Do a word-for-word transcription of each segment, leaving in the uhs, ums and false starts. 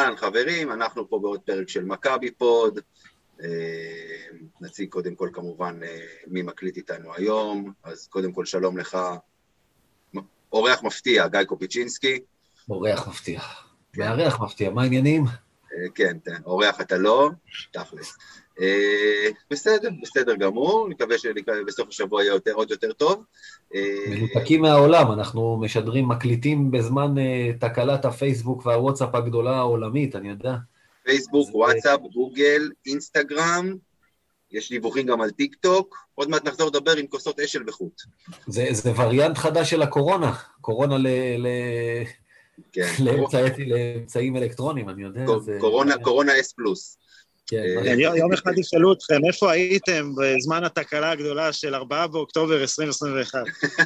אהלן חברים, אנחנו פה בעוד פרק של מכבי פוד, נציג קודם כל כמובן מי מקליט איתנו היום, אז קודם כל שלום לך, אורח מפתיע, גיא קופיצ'ינסקי. אורח מפתיע, מארח מפתיע, מה העניינים? כן, אורח אתה לא, תכלס. בסדר, בסדר גמור, נקווה שבסוף השבוע יהיה עוד יותר טוב. מנותקים מהעולם, אנחנו משדרים, מקליטים בזמן תקלת הפייסבוק והוואטסאפ הגדולה העולמית, אני יודע. פייסבוק, וואטסאפ, גוגל, אינסטגרם, יש דיווחים גם על טיק טוק, עוד מעט נחזור לדבר עם כוסות אשל וחוט. זה, זה וריאנט חדש של הקורונה, קורונה ל... ל... כן. לאמצעים אלקטרונים, אני יודע. קורונה, קורונה אס פלוס. יום אחד ישאלו אתכם, איפה הייתם בזמן התקלה הגדולה של ארבעה באוקטובר עשרים עשרים ואחת?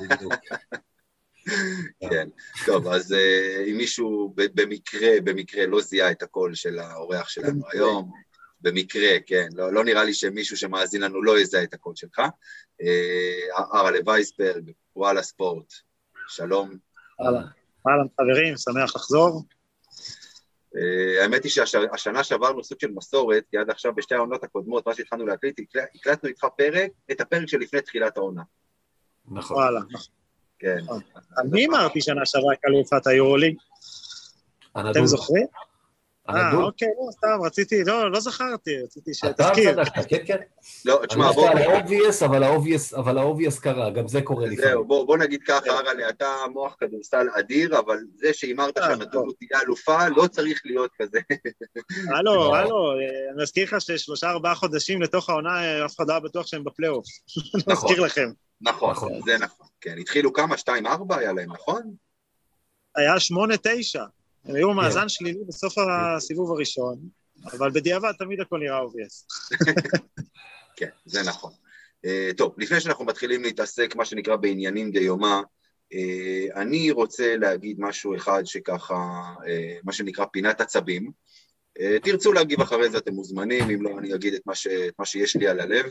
כן, טוב, אז אם מישהו במקרה, במקרה לא זיהה את הקול של האורח שלנו היום, במקרה, כן, לא נראה לי שמישהו שמאזין לנו לא יזהה את הקול שלך, ארלה וייסברג, וואלה ספורט, שלום. אהלן חברים, שמח לחזור. האמת היא שהשנה שעברנו סוג של מסורת, כי עד עכשיו בשתי העונות הקודמות, מה שהתחלנו להקליט, הקלטנו איתך פרק, את הפרק שלפני תחילת העונה. נכון. וואלה. כן. אני אמרתי שנה שעברה כאלופת היורוליג. אתם זוכרים? אה, אוקיי, לא, סתם, רציתי, לא, לא זכרתי, רציתי שתזכיר. אתה צדקת, כן, כן. לא, תשמע, בוא... על האובייס, אבל האובייס קרה, גם זה קורה לפעמים. זהו, בוא נגיד ככה, ארלה, אתה מוח כדורסל אדיר, אבל זה שאימרת שהנתון תהיה אלופה, לא צריך להיות כזה. הלו, הלו, אני מזכיר לך ששלושה ארבעה חודשים לתוך העונה, אף אחד לא בטוח שהם בפלייאוף. אני מזכיר לכם. נכון, זה נכון. כן, התחילו כמה, שתיים, ארבע היה להם, נכון? היה שמונה, תשע. הם היו מאזן שלילי בסוף הסיבוב הראשון, אבל בדיעבד תמיד הכל נראה אובייס. כן, זה נכון. טוב, לפני שאנחנו מתחילים להתעסק, מה שנקרא בעניינים דיומה, אני רוצה להגיד משהו אחד שככה, מה שנקרא פינת עצבים. תרצו להגיב אחרי זה, אתם מוזמנים, אם לא אני אגיד את מה, ש... את מה שיש לי על הלב.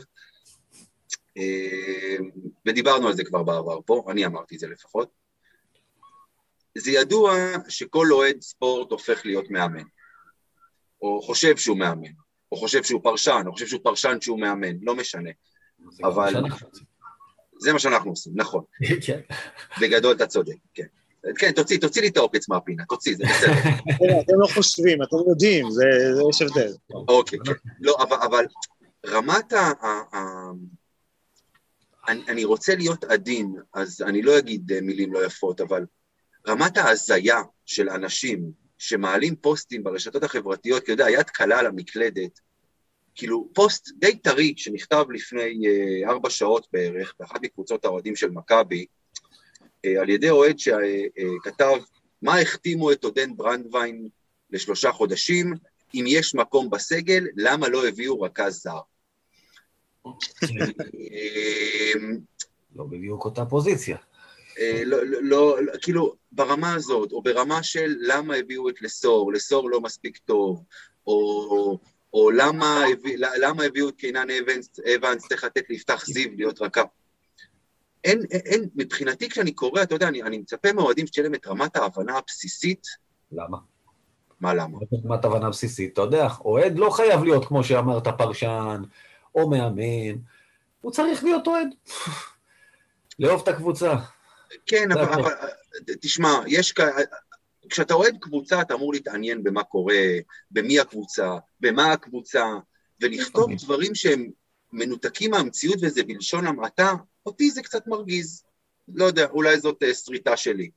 ודיברנו על זה כבר בעבר פה, אני אמרתי את זה לפחות. זה ידוע שכל אוהד ספורט הופך להיות מאמן, או חושב שהוא מאמן, או חושב שהוא פרשן, או חושב שהוא פרשן שהוא מאמן, לא משנה. אבל זה מה שאנחנו עושים, נכון. כן. בגדול אתה צודק, כן. כן, תוציא, תוציא לי את העוקץ מהפינה, תוציא, זה בסדר. אתם לא חושבים, אתם יודעים, זה יש הבדל. אוקיי, כן. לא, אבל רמת ה... אני רוצה להיות עדין, אז אני לא אגיד מילים לא יפות, אבל רמת ההזיה של אנשים שמעלים פוסטים ברשתות החברתיות, כי יודע, יד קלה על המקלדת, כאילו פוסט די טרי שנכתב לפני אה, ארבע שעות בערך, באחת מקבוצות האוהדים של מכבי, אה, על ידי אוהד שכתב, מה החתימו את עודן ברנדווין לשלושה חודשים, אם יש מקום בסגל, למה לא הביאו רכז זר? לא בדיוק אותה פוזיציה. לא, לא, לא, כאילו, ברמה הזאת, או ברמה של למה הביאו את לסור, לסור לא מספיק טוב, או, או למה, למה הביאו את קינן אבנס, אבנס צריך לתת ליפתח זיו להיות רקע. אין, אין, מבחינתי כשאני קורא, אתה יודע, אני, אני מצפה מאוהדים שתהיה להם את רמת ההבנה הבסיסית. למה? מה למה? רמת ההבנה הבסיסית, אתה יודע, אוהד לא חייב להיות, כמו שאמרת, פרשן, או מאמן, הוא צריך להיות אוהד. לאהוב את הקבוצה. כן, אבל, אבל תשמע, יש, כשאתה אוהד קבוצה, אתה אמור להתעניין במה קורה, במי הקבוצה, במה הקבוצה, ולכתוב דברים שהם מנותקים מהמציאות וזה בלשון המעטה, אותי זה קצת מרגיז. לא יודע, אולי זאת סריטה שלי.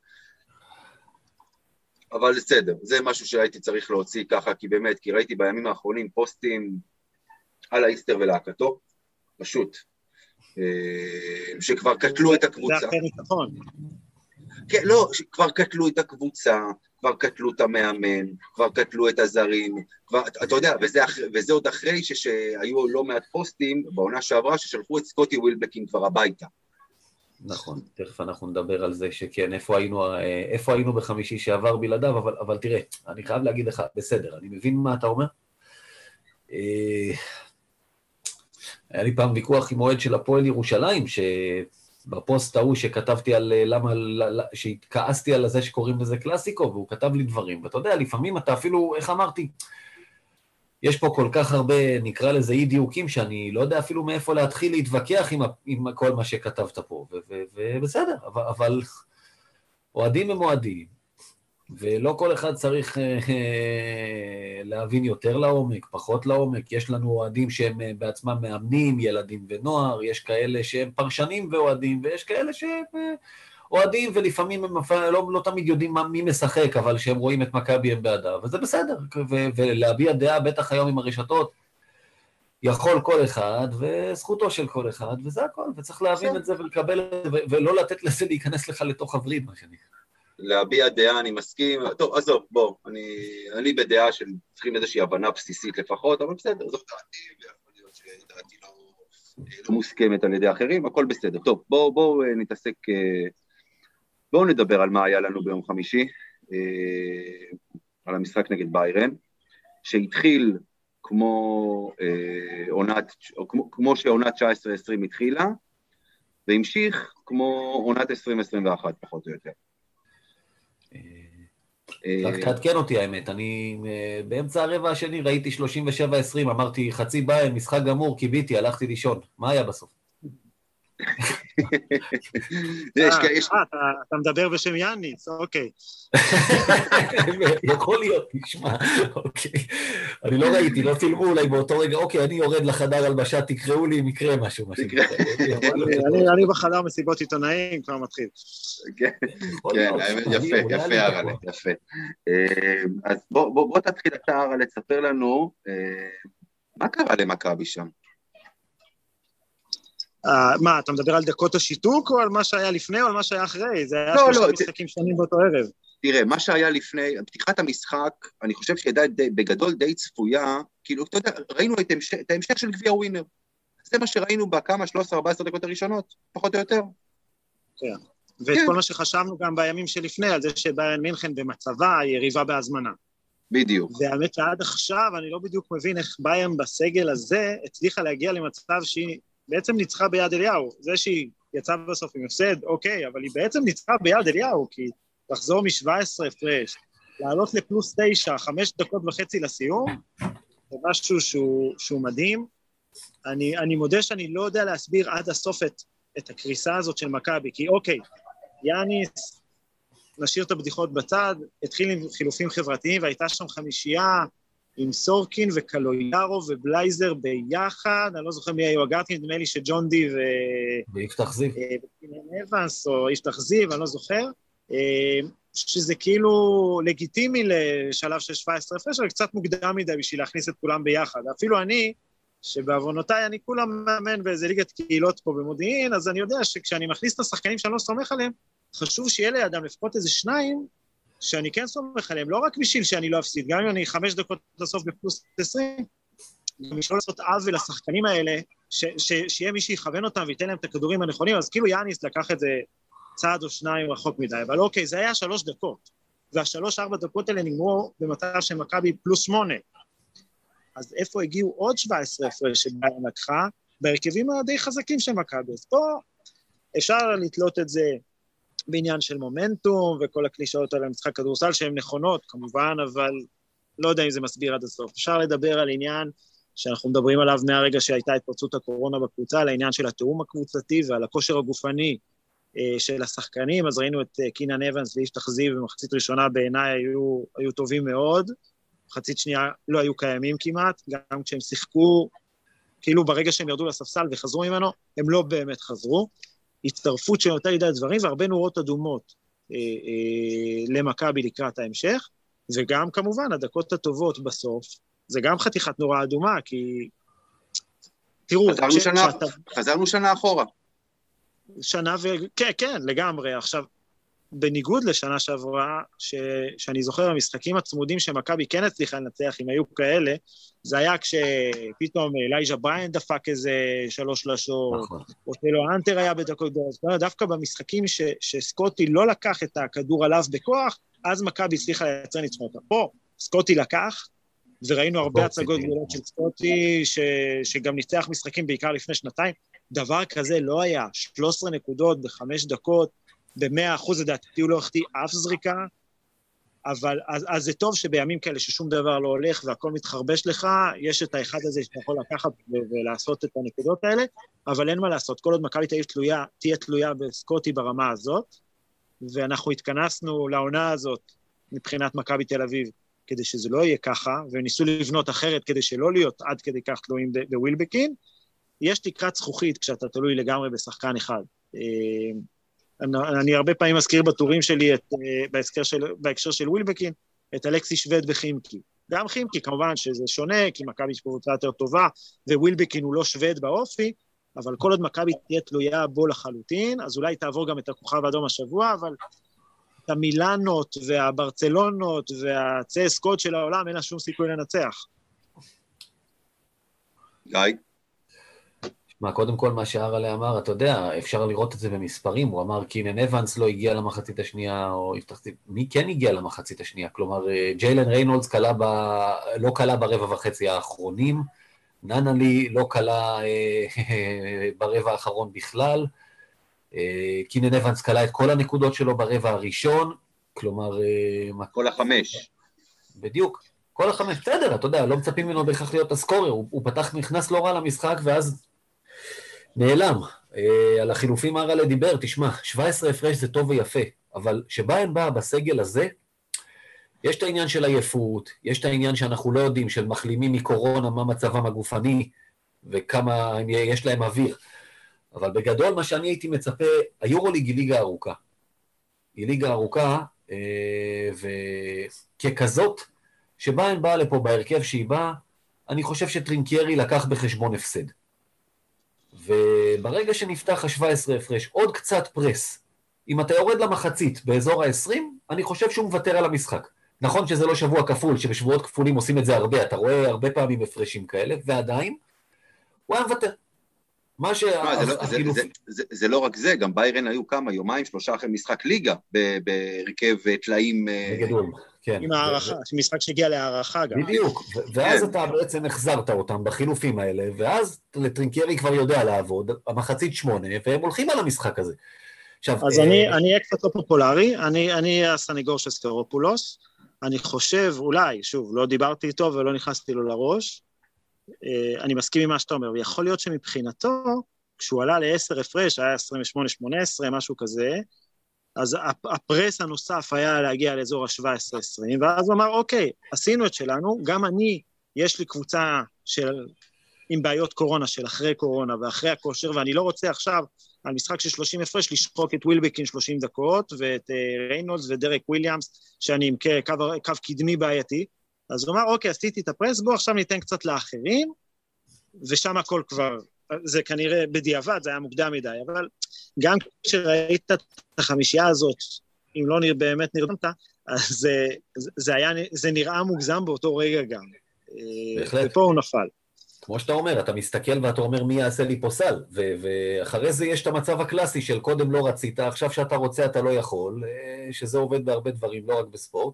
אבל בסדר, זה משהו שהייתי צריך להוציא ככה, כי באמת, כי ראיתי בימים האחרונים פוסטים על האיסטר ולהקתו, פשוט. שכבר קטלו את הקבוצה. זה אחרי ניצחון. כן, לא, כבר קטלו את הקבוצה, כבר קטלו את המאמן, כבר קטלו את הזרים, כבר, אתה יודע, וזה, וזה עוד אחרי שהיו לא מעט פוסטים בעונה שעברה, ששלחו את סקוטי ווילבקין כבר הביתה. נכון, תכף אנחנו נדבר על זה שכן, איפה היינו, איפה היינו בחמישי שעבר בלעדיו, אבל, אבל תראה, אני חייב להגיד לך, בסדר, אני מבין מה אתה אומר. היה לי פעם ויכוח עם אוהד של הפועל ירושלים, בפוסט ההוא שכתבתי על למה, שהתכעסתי על זה שקוראים לזה קלאסיקו, והוא כתב לי דברים, ואתה יודע, לפעמים אתה אפילו, איך אמרתי, יש פה כל כך הרבה, נקרא לזה אי דיוקים, שאני לא יודע אפילו מאיפה להתחיל להתווכח עם, עם כל מה שכתבת פה, ובסדר, אבל, אבל אוהדים הם אוהדים, ולא כל אחד צריך אה, אה, להבין יותר לעומק, פחות לעומק, יש לנו אוהדים שהם בעצמם מאמנים, ילדים ונוער, יש כאלה שהם פרשנים ואוהדים, ויש כאלה שהם אה, אוהדים, ולפעמים הם לא, לא תמיד יודעים מה, מי משחק, אבל שהם רואים את מכבי הם בעדה, וזה בסדר, ו- ולהביע דעה בטח היום עם הרשתות, יכול כל אחד, וזכותו של כל אחד, וזה הכל, וצריך להבין את זה ולקבל את זה, ולא לתת לזה להיכנס לך לתוך הוריד, מה שאני. להביע דעה, אני מסכים, טוב, עזוב, בוא, אני, אני בדעה של צריכים איזושהי הבנה בסיסית לפחות, אבל בסדר, זאת דעתי, ויכול להיות שדעתי לא, לא מוסכמת על ידי אחרים, הכל בסדר. טוב, בואו בוא, נתעסק, בואו נדבר על מה היה לנו ביום חמישי, על המשחק נגד ביירן, שהתחיל כמו עונת, כמו, כמו שעונת תשע עשרה עשרים התחילה, והמשיך כמו עונת עשרים עשרים ואחת פחות או יותר. רק תעדכן אותי האמת, אני באמצע הרבע השני ראיתי שלושים ושבע עשרים, אמרתי חצי ביירן, משחק גמור, קיביתי, הלכתי לישון, מה היה בסוף? אתה מדבר בשם יאניס, אוקיי. יכול להיות, נשמע, אוקיי. אני לא ראיתי, לא צילמו אולי באותו רגע, אוקיי, אני יורד לחדר הלבשה, תקראו לי אם יקרה משהו. אני בחדר מסיבות עיתונאים, כבר מתחיל. כן, יפה, יפה, ארלה, יפה. אז בוא תתחיל אתה, ארלה, לספר לנו, מה קרה למכבי שם? מה, אתה מדבר על דקות השיתוק, או על מה שהיה לפני, או על מה שהיה אחרי? זה היה שלושה משחקים שונים באותו ערב. תראה, מה שהיה לפני, פתיחת המשחק, אני חושב שהייתה בגדול די צפויה, כאילו, אתה יודע, ראינו את ההמשך של גביע ווינר. זה מה שראינו בכמה, שלוש עשרה ארבע עשרה דקות הראשונות, פחות או יותר. כן, ואת כל מה שחשבנו גם בימים שלפני, על זה שביירן מינכן במצבה, יריבה בהזמנה. בדיוק. והאמת שעד עכשיו, אני לא בדיוק מבין איך ביירן בסגל הזה, הצליחה להגיע למצב שהיא בעצם ניצחה ביד אליהו. זה שהיא יצאה בסוף עם הפסד, אוקיי, אבל היא בעצם ניצחה ביד אליהו, כי לחזור מ-שבע עשרה הפרש, לעלות לפלוס תשע, חמש דקות וחצי לסיום, זה משהו שהוא, שהוא מדהים. אני, אני מודה שאני לא יודע להסביר עד הסוף את, את הקריסה הזאת של מכבי, כי אוקיי, יאניס, נשאיר את הבדיחות בצד, התחיל עם חילופים חברתיים, והייתה שם חמישייה עם סורקין וקלויארו ובלייזר ביחד, אני לא זוכר מי היו הגעתי, נדמה לי שג'ון די ו... ויפתח זיו. וקינן אבנס, או יפתח זיו, אני לא זוכר, שזה כאילו לגיטימי לשלב של שבע עשרה הפרש, אבל קצת מוקדם מדי בשביל להכניס את כולם ביחד. אפילו אני, שבעוונותיי אני כולם מאמן באיזה ליגת קהילות פה במודיעין, אז אני יודע שכשאני מכניס את השחקנים שאני לא סומך עליהם, חשוב שיהיה לידם לפחות איזה שניים, שאני כן סומך עליהם, לא רק בשביל שאני לא אפסיד, גם אם אני חמש דקות לסוף בפלוס עשרים, גם בשביל לא לעשות עוול לשחקנים האלה, ש- ש- שיהיה מי שיכוון אותם וייתן להם את הכדורים הנכונים, אז כאילו יאניס לקח את זה צעד או שניים רחוק מדי, אבל אוקיי, זה היה שלוש דקות, והשלוש ארבע דקות האלה נגמרו במצב של מכבי פלוס שמונה, אז איפה הגיעו עוד שבע עשרה הפרש שביירן לקחה, בהרכבים הדי חזקים של מכבי, אז פה אפשר לתלות את זה בעניין של מומנטום, וכל הקלישאות על המשחק כדורסל שהן נכונות, כמובן, אבל לא יודע אם זה מסביר עד הסוף. אפשר לדבר על עניין שאנחנו מדברים עליו מהרגע שהייתה התפרצות הקורונה בקבוצה, על העניין של התאום הקבוצתי ועל הכושר הגופני אה, של השחקנים, אז ראינו את אה, קינן אבנס ויפתח זיו במחצית ראשונה בעיניי היו, היו טובים מאוד, מחצית שנייה לא היו קיימים כמעט, גם כשהם שיחקו, כאילו ברגע שהם ירדו לספסל וחזרו ממנו, הם לא באמת חזרו, הצטרפות של יותר ידע דברים, והרבה נורות אדומות אה, אה, למכבי לקראת ההמשך, וגם כמובן הדקות הטובות בסוף, זה גם חתיכת נורה אדומה, כי תראו, חזרנו, ש... שנה, שאתה... חזרנו שנה אחורה. שנה ו... כן, כן, לגמרי. עכשיו, בניגוד לשנה שעברה, ש... שאני זוכר המשחקים הצמודים שמכבי כן הצליחה לנצח, אם היו כאלה, זה היה כשפתאום אלייג'ה בריין דפק איזה שלוש שלשות, נכון. או שלו אנטר היה בדקות גדולות, דווקא במשחקים ש... שסקוטי לא לקח את הכדור עליו בכוח, אז מכבי הצליחה לייצר ניצחונות. פה סקוטי לקח, וראינו הרבה הצגות גדולות של סקוטי, ש... שגם ניצח משחקים בעיקר לפני שנתיים, דבר כזה לא היה, שלוש עשרה נקודות בחמש דקות, ב-מאה אחוז לדעתי הוא לא החטיא אף זריקה, אבל אז, אז זה טוב שבימים כאלה ששום דבר לא הולך והכל מתחרבש לך, יש את האחד הזה שאתה יכול לקחת ולעשות את הנקודות האלה, אבל אין מה לעשות, כל עוד מכבי תהיה תלויה, תהיה תלויה בסקוטי ברמה הזאת, ואנחנו התכנסנו לעונה הזאת מבחינת מכבי תל אביב, כדי שזה לא יהיה ככה, וניסו לבנות אחרת כדי שלא להיות עד כדי כך תלויים בווילבקין, יש תקרת זכוכית כשאתה תלוי לגמרי בשחקן אחד. אני, אני הרבה פעמים מזכיר בטורים שלי, את, בהקשר של, בהקשר של ווילבקין, את אלכסי שווד וחימקי. גם חימקי, כמובן שזה שונה, כי מכבי יש קבוצה יותר טובה, ווילבקין הוא לא שווד באופי, אבל כל עוד מכבי תהיה תלויה בו לחלוטין, אז אולי תעבור גם את הכוכב האדום השבוע, אבל את המילאנות והברצלונות והצסקות של העולם, אין לה שום סיכוי לנצח. גיא? מה, קודם כל מה שהרלה אמר, אתה יודע, אפשר לראות את זה במספרים, הוא אמר קינן אבנס לא הגיע למחצית השנייה, או מי כן הגיע למחצית השנייה? כלומר, ג'יילן ריינולדס קלה ב... לא קלה ברבע וחצי האחרונים, ננלי לא קלה ברבע האחרון בכלל, קינן אבנס קלה את כל הנקודות שלו ברבע הראשון, כלומר... כל החמש. בדיוק, כל החמש, בסדר, אתה יודע, לא מצפים ממנו בכך להיות הסקורר, הוא, הוא פתח, נכנס לא רע למשחק, ואז נעלם. על החילופים הרלה דיבר, תשמע, שבע עשרה הפרש זה טוב ויפה, אבל שבאן בא בסגל הזה, יש את העניין של עייפות, יש את העניין שאנחנו לא יודעים, של מחלימים מקורונה, מה מצבם הגופני, וכמה יש להם אוויר. אבל בגדול, מה שאני הייתי מצפה, היורוליג היא ליגה ארוכה. היא ליגה ארוכה, וככזאת, שבאן באה לפה בהרכב שהיא באה, אני חושב שטרינקיירי לקח בחשבון הפסד. וברגע שנפתח ה-שבע עשרה הפרש, עוד קצת פרס, אם אתה יורד למחצית באזור ה-עשרים, אני חושב שהוא מוותר על המשחק. נכון שזה לא שבוע כפול, שבשבועות כפולים עושים את זה הרבה, אתה רואה הרבה פעמים הפרשים כאלה, ועדיין, הוא היה מוותר. מה ש... זה לא רק זה, גם ביירן היו כמה, יומיים, שלושה אחרי משחק ליגה, בהרכב תלאים... בגדול, כן. עם הערכה, משחק שהגיע להערכה גם. בדיוק, ואז אתה בעצם החזרת אותם בחילופים האלה, ואז לטרינקיירי כבר יודע לעבוד, המחצית שמונה, והם הולכים על המשחק הזה. אז אני אהיה קצת לא פופולרי, אני אהיה הסניגור של ספרופולוס, אני חושב, אולי, שוב, לא דיברתי איתו ולא נכנסתי לו לראש, אני מסכים עם מה שאתה אומר, ויכול להיות שמבחינתו, כשהוא עלה ל-עשר הפרש, היה עשרים ושמונה שמונה עשרה, משהו כזה, אז הפרס הנוסף היה להגיע לאזור ה-שבע עשרה עשרים, ואז הוא אמר, אוקיי, עשינו את שלנו, גם אני, יש לי קבוצה של, עם בעיות קורונה, של אחרי קורונה ואחרי הכושר, ואני לא רוצה עכשיו, על משחק של שלושים הפרש, לשחוק את ווילבקין שלושים דקות, ואת ריינולדס ודרק וויליאמס, שאני עם קו, קו קדמי בעייתי, אז הוא אמר, אוקיי, עשיתי את הפרס, בוא עכשיו ניתן קצת לאחרים, ושם הכל כבר, זה כנראה בדיעבד, זה היה מוקדם מדי, אבל גם כשראית את החמישייה הזאת, אם לא נראה, באמת נרדמת, אז זה, זה, היה, זה נראה מוגזם באותו רגע גם. בהחלט. ופה הוא נפל. כמו שאתה אומר, אתה מסתכל ואתה אומר מי יעשה לי פה סל, ו- ואחרי זה יש את המצב הקלאסי של קודם לא רצית, עכשיו שאתה רוצה אתה לא יכול, שזה עובד בהרבה דברים, לא רק בספורט.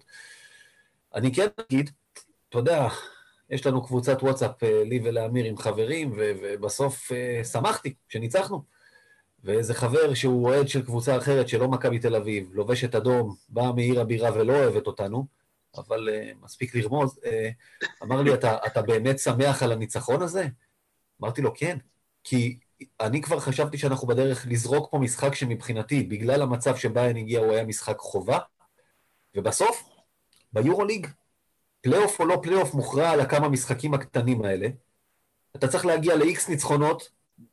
אני כן אגיד, אתה יודע, יש לנו קבוצת וואטסאפ לי ולאמיר עם חברים, ו- ובסוף שמחתי שניצחנו. ואיזה חבר שהוא אוהד של קבוצה אחרת שלא מכבי תל אביב, לובש את אדום, בא מעיר הבירה ולא אוהבת אותנו, אבל uh, מספיק לרמוז, uh, אמר לי, אתה, אתה באמת שמח על הניצחון הזה? אמרתי לו, כן, כי אני כבר חשבתי שאנחנו בדרך לזרוק פה משחק שמבחינתי, בגלל המצב שבאן הגיע, הוא היה משחק חובה, ובסוף, ביורוליג, פלייאוף או לא פלייאוף מוכרע על הכמה משחקים הקטנים האלה, אתה צריך להגיע ל-X ניצחונות,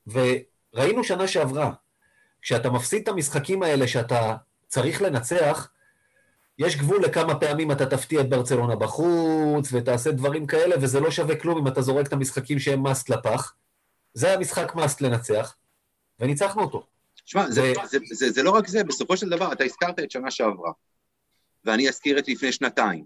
וראינו שנה שעברה, כשאתה מפסיד את המשחקים האלה שאתה צריך לנצח, יש גבול לכמה פעמים אתה תפתיע את ברצלונה בחוץ, ותעשה דברים כאלה, וזה לא שווה כלום אם אתה זורק את המשחקים שהם מאסט לפח. זה היה משחק מאסט לנצח, וניצחנו אותו. תשמע, זה, זה, זה, זה, זה לא רק זה, בסופו של דבר, אתה הזכרת את שנה שעברה, ואני אזכיר את לפני שנתיים,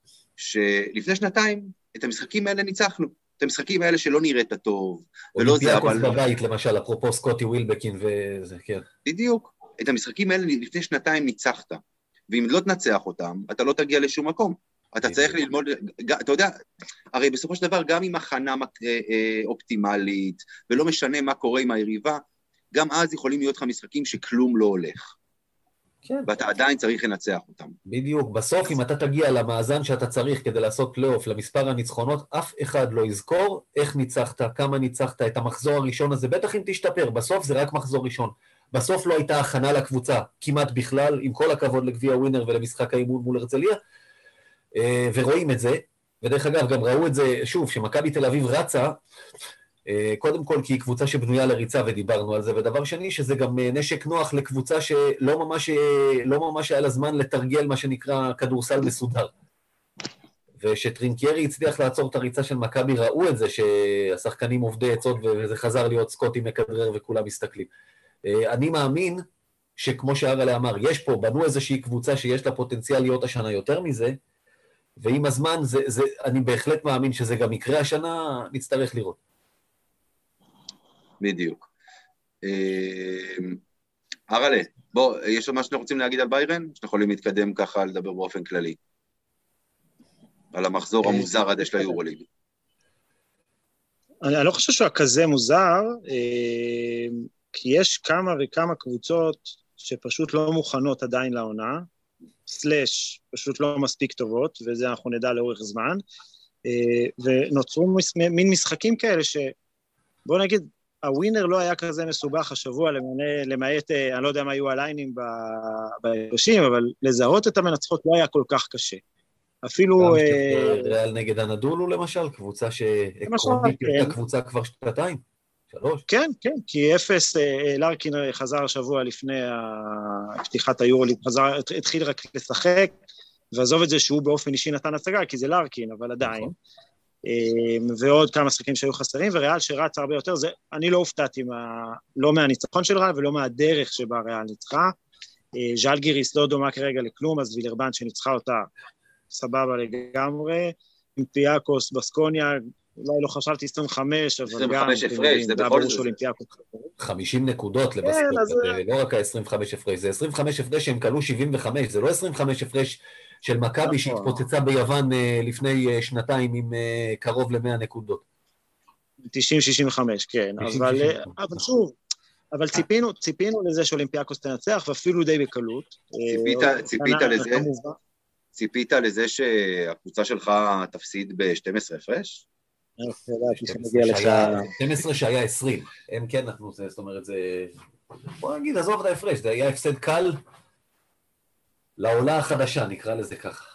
שלפני שנתיים, את המשחקים האלה ניצחנו, את המשחקים האלה שלא נראית טוב, ולא זה, אבל... בבית, למשל, אפרופו סקוטי ווילבקין וזה, כן. בדיוק, את המשחקים האלה לפני שנתיים ניצחת, ואם לא תנצח אותם, אתה לא תגיע לשום מקום. אתה צריך ללמוד, אתה יודע, הרי בסופו של דבר, גם עם הכנה אופטימלית, ולא משנה מה קורה עם היריבה, גם אז יכולים להיות לך משחקים שכלום לא הולך. כן. ואתה עדיין צריך לנצח אותם. בדיוק. בסוף, אם אתה תגיע למאזן שאתה צריך כדי לעשות פלייאוף, למספר הניצחונות, אף אחד לא יזכור איך ניצחת, כמה ניצחת, את המחזור הראשון הזה. בטח אם תשתפר, בסוף זה רק מחזור ראשון. בסוף לא הייתה הכנה לקבוצה, כמעט בכלל, עם כל הכבוד לגביע ווינר ולמשחק האימון מול הרצליה, ורואים את זה. ודרך אגב, גם ראו את זה, שוב, שמכבי תל אביב רצה, קודם כל כי היא קבוצה שבנויה לריצה ודיברנו על זה, ודבר שני שזה גם נשק נוח לקבוצה שלא ממש, לא ממש היה לה זמן לתרגל מה שנקרא כדורסל מסודר. ושטרינקיירי הצליח לעצור את הריצה של מכבי, ראו את זה שהשחקנים עובדי עצות וזה חזר להיות סקוטי מקדרר וכולם מסתכלים. אני מאמין שכמו שהרלה אמר, יש פה, בנו איזושהי קבוצה שיש לה פוטנציאל להיות השנה יותר מזה, ועם הזמן זה, זה, אני בהחלט מאמין שזה גם יקרה השנה, נצטרך לראות. בדיוק. הרלה, בוא, יש עוד מה שאתם רוצים להגיד על ביירן? שאתם יכולים להתקדם ככה לדבר באופן כללי. על המחזור המוזר עד של היורוליג. אני לא חושב שהוא כזה מוזר, כי יש כמה וכמה קבוצות שפשוט לא מוכנות עדיין לעונה, סלש, פשוט לא מספיק טובות, וזה אנחנו נדע לאורך זמן, ונוצרו מין משחקים כאלה ש... בוא נגיד, הווינר לא היה כזה מסובך השבוע, למעט, אני לא יודע מה היו הליינים ביבשים, אבל לזהות את המנצחות לא היה כל כך קשה. אפילו... ריאל נגד הנדולו למשל, קבוצה שעקרונית הייתה קבוצה כבר שנתיים, שלוש. כן, כן, כי אפס, לארקין חזר השבוע לפני פתיחת היורוליג, התחיל רק לשחק, ועזוב את זה שהוא באופן אישי נתן הצגה, כי זה לארקין, אבל עדיין. ועוד כמה משחקים שהיו חסרים, וריאל שרץ הרבה יותר, זה, אני לא הופתעתי מה, לא מהניצחון של ריאל, ולא מהדרך שבה ריאל ניצחה. ז'לגיריס לא דומה כרגע לכלום, אז וילרבן שניצחה אותה סבבה לגמרי. אולימפיאקוס, בסקוניה, אולי לא חשבתי עשרים וחמש, אבל עשרים וחמש הפרש, זה בכל זאת. חמישים נקודות לבסקוניה, לא רק ה-עשרים וחמש הפרש, זה עשרים וחמש הפרש שהם קלו שבעים וחמש, זה לא עשרים וחמש הפרש של מכבי שהתפוצצה ביוון לפני שנתיים עם קרוב ל-מאה נקודות. תשעים שישים וחמש, כן, אבל שוב, אבל ציפינו, ציפינו לזה שאולימפיאקוס תנצח, ואפילו די בקלות. ציפית לזה? ציפית לזה שהקבוצה שלך תפסיד ב-שתים עשרה הפרש? שתים עשרה שהיה עשרים, הם כן נתנו, זאת אומרת, זה... בוא נגיד, עזוב את ההפרש, זה היה הפסד קל לעולה החדשה, נקרא לזה ככה.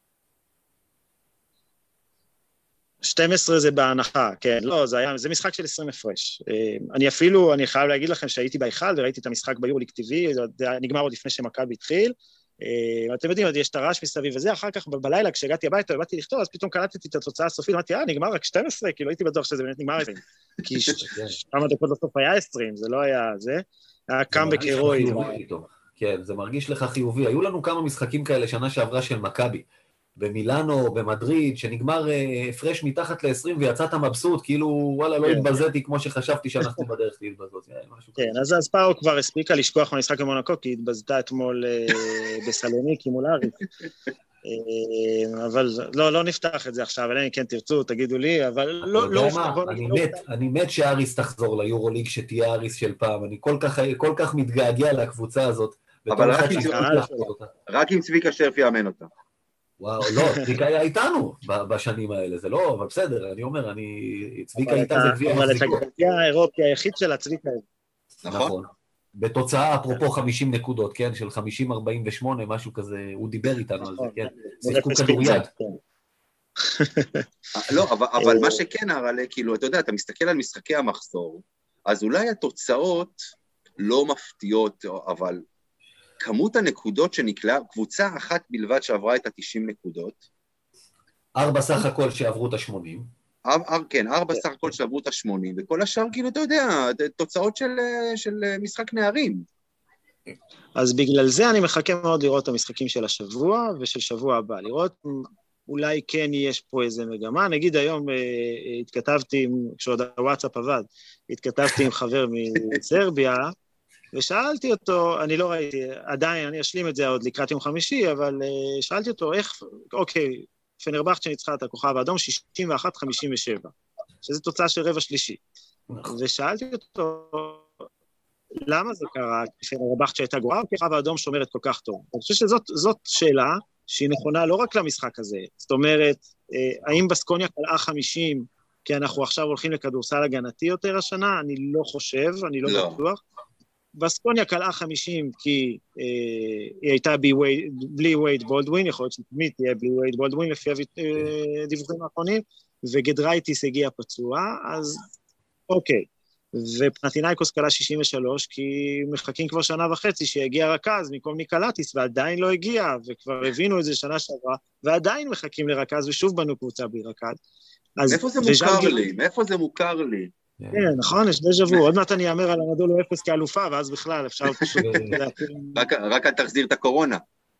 שתים עשרה זה בהנחה, כן, לא, זה היה, זה משחק של עשרים הפרש. אני אפילו, אני חייב להגיד לכם שהייתי בהיכל, וראיתי את המשחק ביורוליג טבעי, זה נגמר עוד לפני שמכבי התחיל, אתם יודעים, יש את הרעש מסביב וזה, אחר כך בלילה, כשהגעתי הביתה ובאתי לכתוב, אז פתאום קלטתי את התוצאה הסופית, אמרתי, אה, נגמר רק שתים עשרה, כאילו הייתי בטוח שזה באמת נגמר עשרים, כי כמה דקות בסוף היה עשרים, זה לא היה זה, היה קאמבק הירואי. כן, זה מרגיש לך חיובי. היו לנו כמה משחקים כאלה שנה שעברה של מכבי, במילאנו, במדריד, שנגמר הפרש מתחת ל-עשרים ויצאת מבסוט, כאילו, וואלה, לא התבזיתי כמו שחשבתי שאנחנו בדרך להתבזות. כן, אז פאו כבר הספיקה לשכוח מהמשחק במונקו, כי התבזתה אתמול בסלוניקי מול אריס. אבל לא, לא נפתח את זה עכשיו, אלא אם כן תרצו, תגידו לי, אבל לא... לא אני מת שאריס תחזור ליורוליג, שתהיה אריס של פעם, אני כל כך מתגעגע לקבוצה הזאת, אבל רק אם צביקה שרף יאמן אותה. וואו, לא, צביקה היה איתנו בשנים האלה, זה לא, אבל בסדר, אני אומר, אני, צביקה איתה זה גביע. אבל את הגביע האירופי היחיד שלה, צביקה. נכון. בתוצאה, אפרופו חמישים נקודות, כן, של חמישים ארבעים ושמונה, משהו כזה, הוא דיבר איתנו על זה, כן. שיחקו כדוריד. לא, אבל מה שכן, הרלה, כאילו, אתה יודע, אתה מסתכל על משחקי המחזור, אז אולי התוצאות לא מפתיעות, אבל... כמות הנקודות שנקלעה, קבוצה אחת בלבד שעברה את ה-תשעים נקודות. ארבע סך הכל שעברו את ה-שמונים. כן, ארבע סך הכל שעברו את ה-שמונים, וכל השאר, כאילו, אתה יודע, תוצאות של, של משחק נערים. אז בגלל זה אני מחכה מאוד לראות את המשחקים של השבוע ושל שבוע הבא, לראות אולי כן יש פה איזה מגמה. נגיד היום התכתבתי, כשעוד הוואטסאפ עבד, התכתבתי עם חבר מסרביה, ושאלתי אותו, אני לא ראיתי, עדיין, אני אשלים את זה עוד לקראת יום חמישי, אבל שאלתי אותו איך, אוקיי, פנרבכצ'ה שניצחה את הכוכב האדום שישים ואחת חמישים ושבע, שזו תוצאה של רבע שלישי. ושאלתי אותו, למה זה קרה? פנרבכצ'ה הייתה גרועה, או הכוכב האדום שומרת כל כך טוב? אני חושב שזאת שאלה שהיא נכונה לא רק למשחק הזה. זאת אומרת, האם בסקוניה קלעה חמישים, כי אנחנו עכשיו הולכים לכדורסל הגנתי יותר השנה? אני לא חושב, אני לא, לא. בטוח. בסקוניה קלעה חמישים כי אה, היא הייתה בי וייד, בלי וייד בולדווין, יכול להיות שתמיד תהיה בלי וייד בולדווין לפי הדיווחים האחרונים, וגדרייטיס הגיע פצוע, אז אוקיי. ופנתינייקוס קלעה שישים ושלוש, כי מחכים כבר שנה וחצי שיגיע רכז מכל ניקלטיס, ועדיין לא הגיע, וכבר הבינו את זה שנה שעברה, ועדיין מחכים לרכז, ושוב בנו קבוצה בלי רכז. מאיפה זה מוכר לי? מאיפה זה מוכר לי? כן, נכון, יש דז'ה וו. עוד מעט אני אאמר על אנדולו אפס כאלופה, ואז בכלל אפשר פשוט... רק אל תחזיר את הקורונה.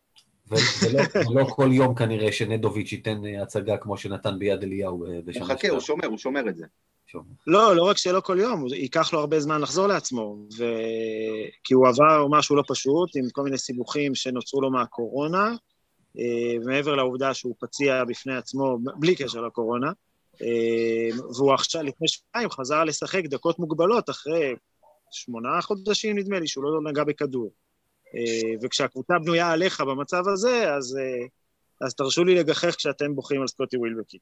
ולא כל יום כנראה שנדוביץ' ייתן הצגה כמו שנתן ביד אליהו. הוא חכה, הוא שומר, הוא שומר את זה. לא, לא רק שלא כל יום, ייקח לו הרבה זמן לחזור לעצמו, כי הוא עבר משהו לא פשוט, עם כל מיני סיבוכים שנוצרו לו מהקורונה, ומעבר לעובדה שהוא פציע בפני עצמו, בלי קשר לקורונה, והוא עכשיו לפני שבועיים חזר לשחק דקות מוגבלות אחרי שמונה חודשים נדמה לי שהוא לא נגע בכדור. וכשהקבוצה בנויה עליך במצב הזה, אז, אז תרשו לי לגחך כשאתם בוכים על סקוטי ווילבקי.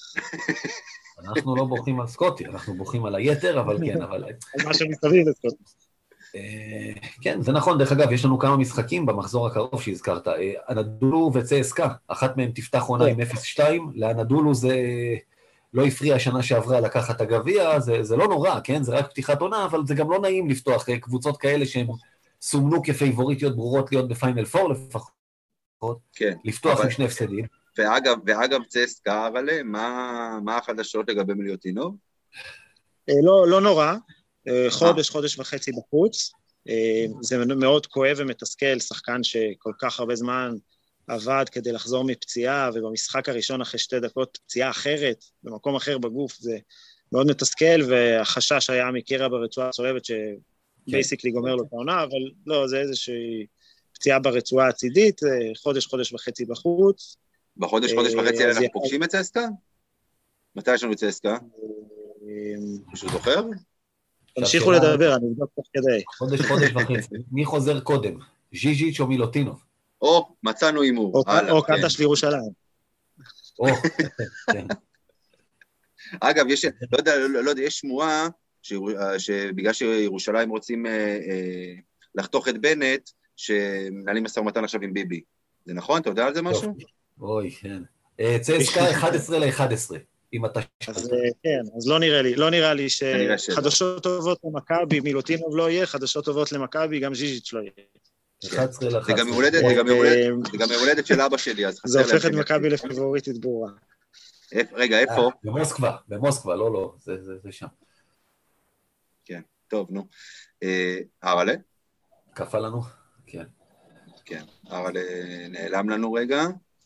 אנחנו לא בוכים על סקוטי, אנחנו בוכים על היתר, אבל כן, אבל... על מה שמסביב לסקוטי. כן, זה נכון, דרך אגב, יש לנו כמה משחקים במחזור הקרוב שהזכרת. אנדולו וצסקה, אחת מהם תפתח עונה עם אפס שתיים, לאנדולו זה... לא הפריע השנה שעברה לקחת הגביע, זה, זה לא נורא, כן? זה רק פתיחת עונה, אבל זה גם לא נעים לפתוח קבוצות כאלה שהן סומנו כפייבוריטיות ברורות להיות בפיינל פור לפחות, כן, לפתוח אבל... עם שני הפסדים. ואגב, ואגב צסקה, אבל מה, מה החדשות לגבי מיליוטינוב? לא, לא נורא, חודש, חודש וחצי בחוץ, זה מאוד כואב ומתסכל, שחקן שכל כך הרבה זמן עבד כדי לחזור מפציעה, ובמשחק הראשון אחרי שתי דקות פציעה אחרת, במקום אחר בגוף, זה מאוד מתסכל, והחשש היה מקרע ברצועה הצולבת, שבייסיקלי גומר לו את העונה, אבל לא, זה איזושהי פציעה ברצועה הצידית, חודש, חודש וחצי בחוץ. בחודש, חודש וחצי האלה אנחנו פוגשים את צסקה? מתי יש לנו את צסקה? מישהו זוכר? תמשיכו לדבר, אני אבדוק תוך כדי. חודש, חודש וחצי. מי חוזר קודם? ז'יז'יץ' או מילוטינוב? או, מצאנו אימור. או קטש לירושלים. או, כן. אגב, יש, לא יודע, לא יודע, יש שמועה, שבגלל שירושלים רוצים לחתוך את בנט, שמנהלים משא ומתן עכשיו עם ביבי. זה נכון? אתה יודע על זה משהו? אוי, כן. צסקה אחת עשרה ל-אחת עשרה, אם אתה... אז כן, אז לא נראה לי, לא נראה לי שחדשות טובות למכבי, מילוטינוב לא יהיה, חדשות טובות למכבי, גם ז'יז'יץ' לא יהיה. זה גם מולדת של אבא שלי, אז זה הופך את מכבי לפייבוריטית ברורה. רגע, איפה? במוסקבה, במוסקבה, לא, לא, זה שם. כן, טוב, נו. ארלה? קפה לנו? כן. כן, ארלה נעלם לנו רגע.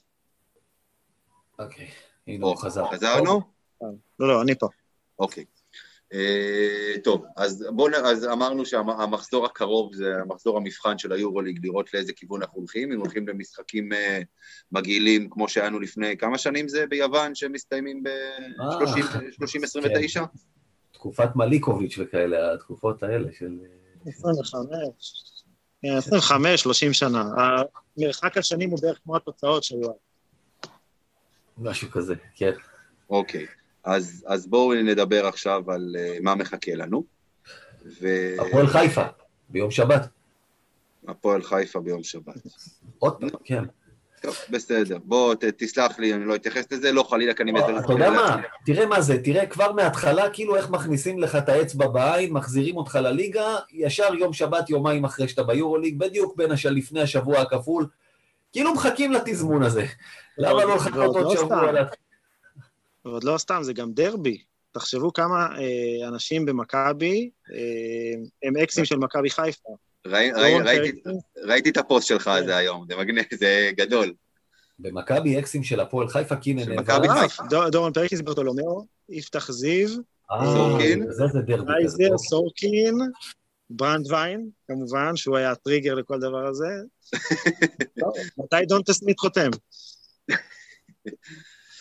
אוקיי, הנה הוא חזר. חזרנו? לא, לא, אני פה. אוקיי. טוב, אז בואו, אז אמרנו שהמחזור הקרוב זה המחזור המבחן של היורוליג, לראות לאיזה כיוון אנחנו הולכים, אם הולכים למשחקים מגעילים, כמו שהיינו לפני כמה שנים זה ביוון, שמסתיימים ב-שלושים עשרים ותשע? תקופת מליקוביץ' וכאלה, התקופות האלה של... עשרים וחמש, עשרים וחמש, שלושים שנה. המרחק השנים הוא בערך כמו התוצאות שהיו. משהו כזה, כן. אוקיי. אז, אז בואו נדבר עכשיו על uh, מה מחכה לנו. ו... הפועל חיפה, ביום שבת. הפועל חיפה ביום שבת. עוד פעם, כן. טוב, בסדר. בוא, ת, תסלח לי, אני לא אתייחס לזה, לא חלילה, כי אני מזל... אתה יודע מה? תראה מה זה, תראה כבר מההתחלה, כאילו איך מכניסים לך את האצבע בעין, מחזירים אותך לליגה, ישר יום שבת, יומיים אחרי שאתה ביורוליג, בדיוק בין השל לפני השבוע הכפול, כאילו מחכים לתזמון הזה. למה לא לחכות עוד שבוע? ועוד לא סתם, זה גם דרבי. תחשבו כמה אה, אנשים במכבי, אה, הם אקסים של מכבי חיפה. ראי, ראי, ראיתי, ראיתי את הפוסט שלך הזה היום, זה מגניב, זה גדול. במכבי אקסים של הפועל חיפה, קינן... מכבי חיפה. דורון פרקיס, ברטולומיאו, יפתח זיו, סורקין, אייזר, סורקין, ברנדווין, כמובן, שהוא היה הטריגר לכל דבר הזה. מתי דון תסמית חותם?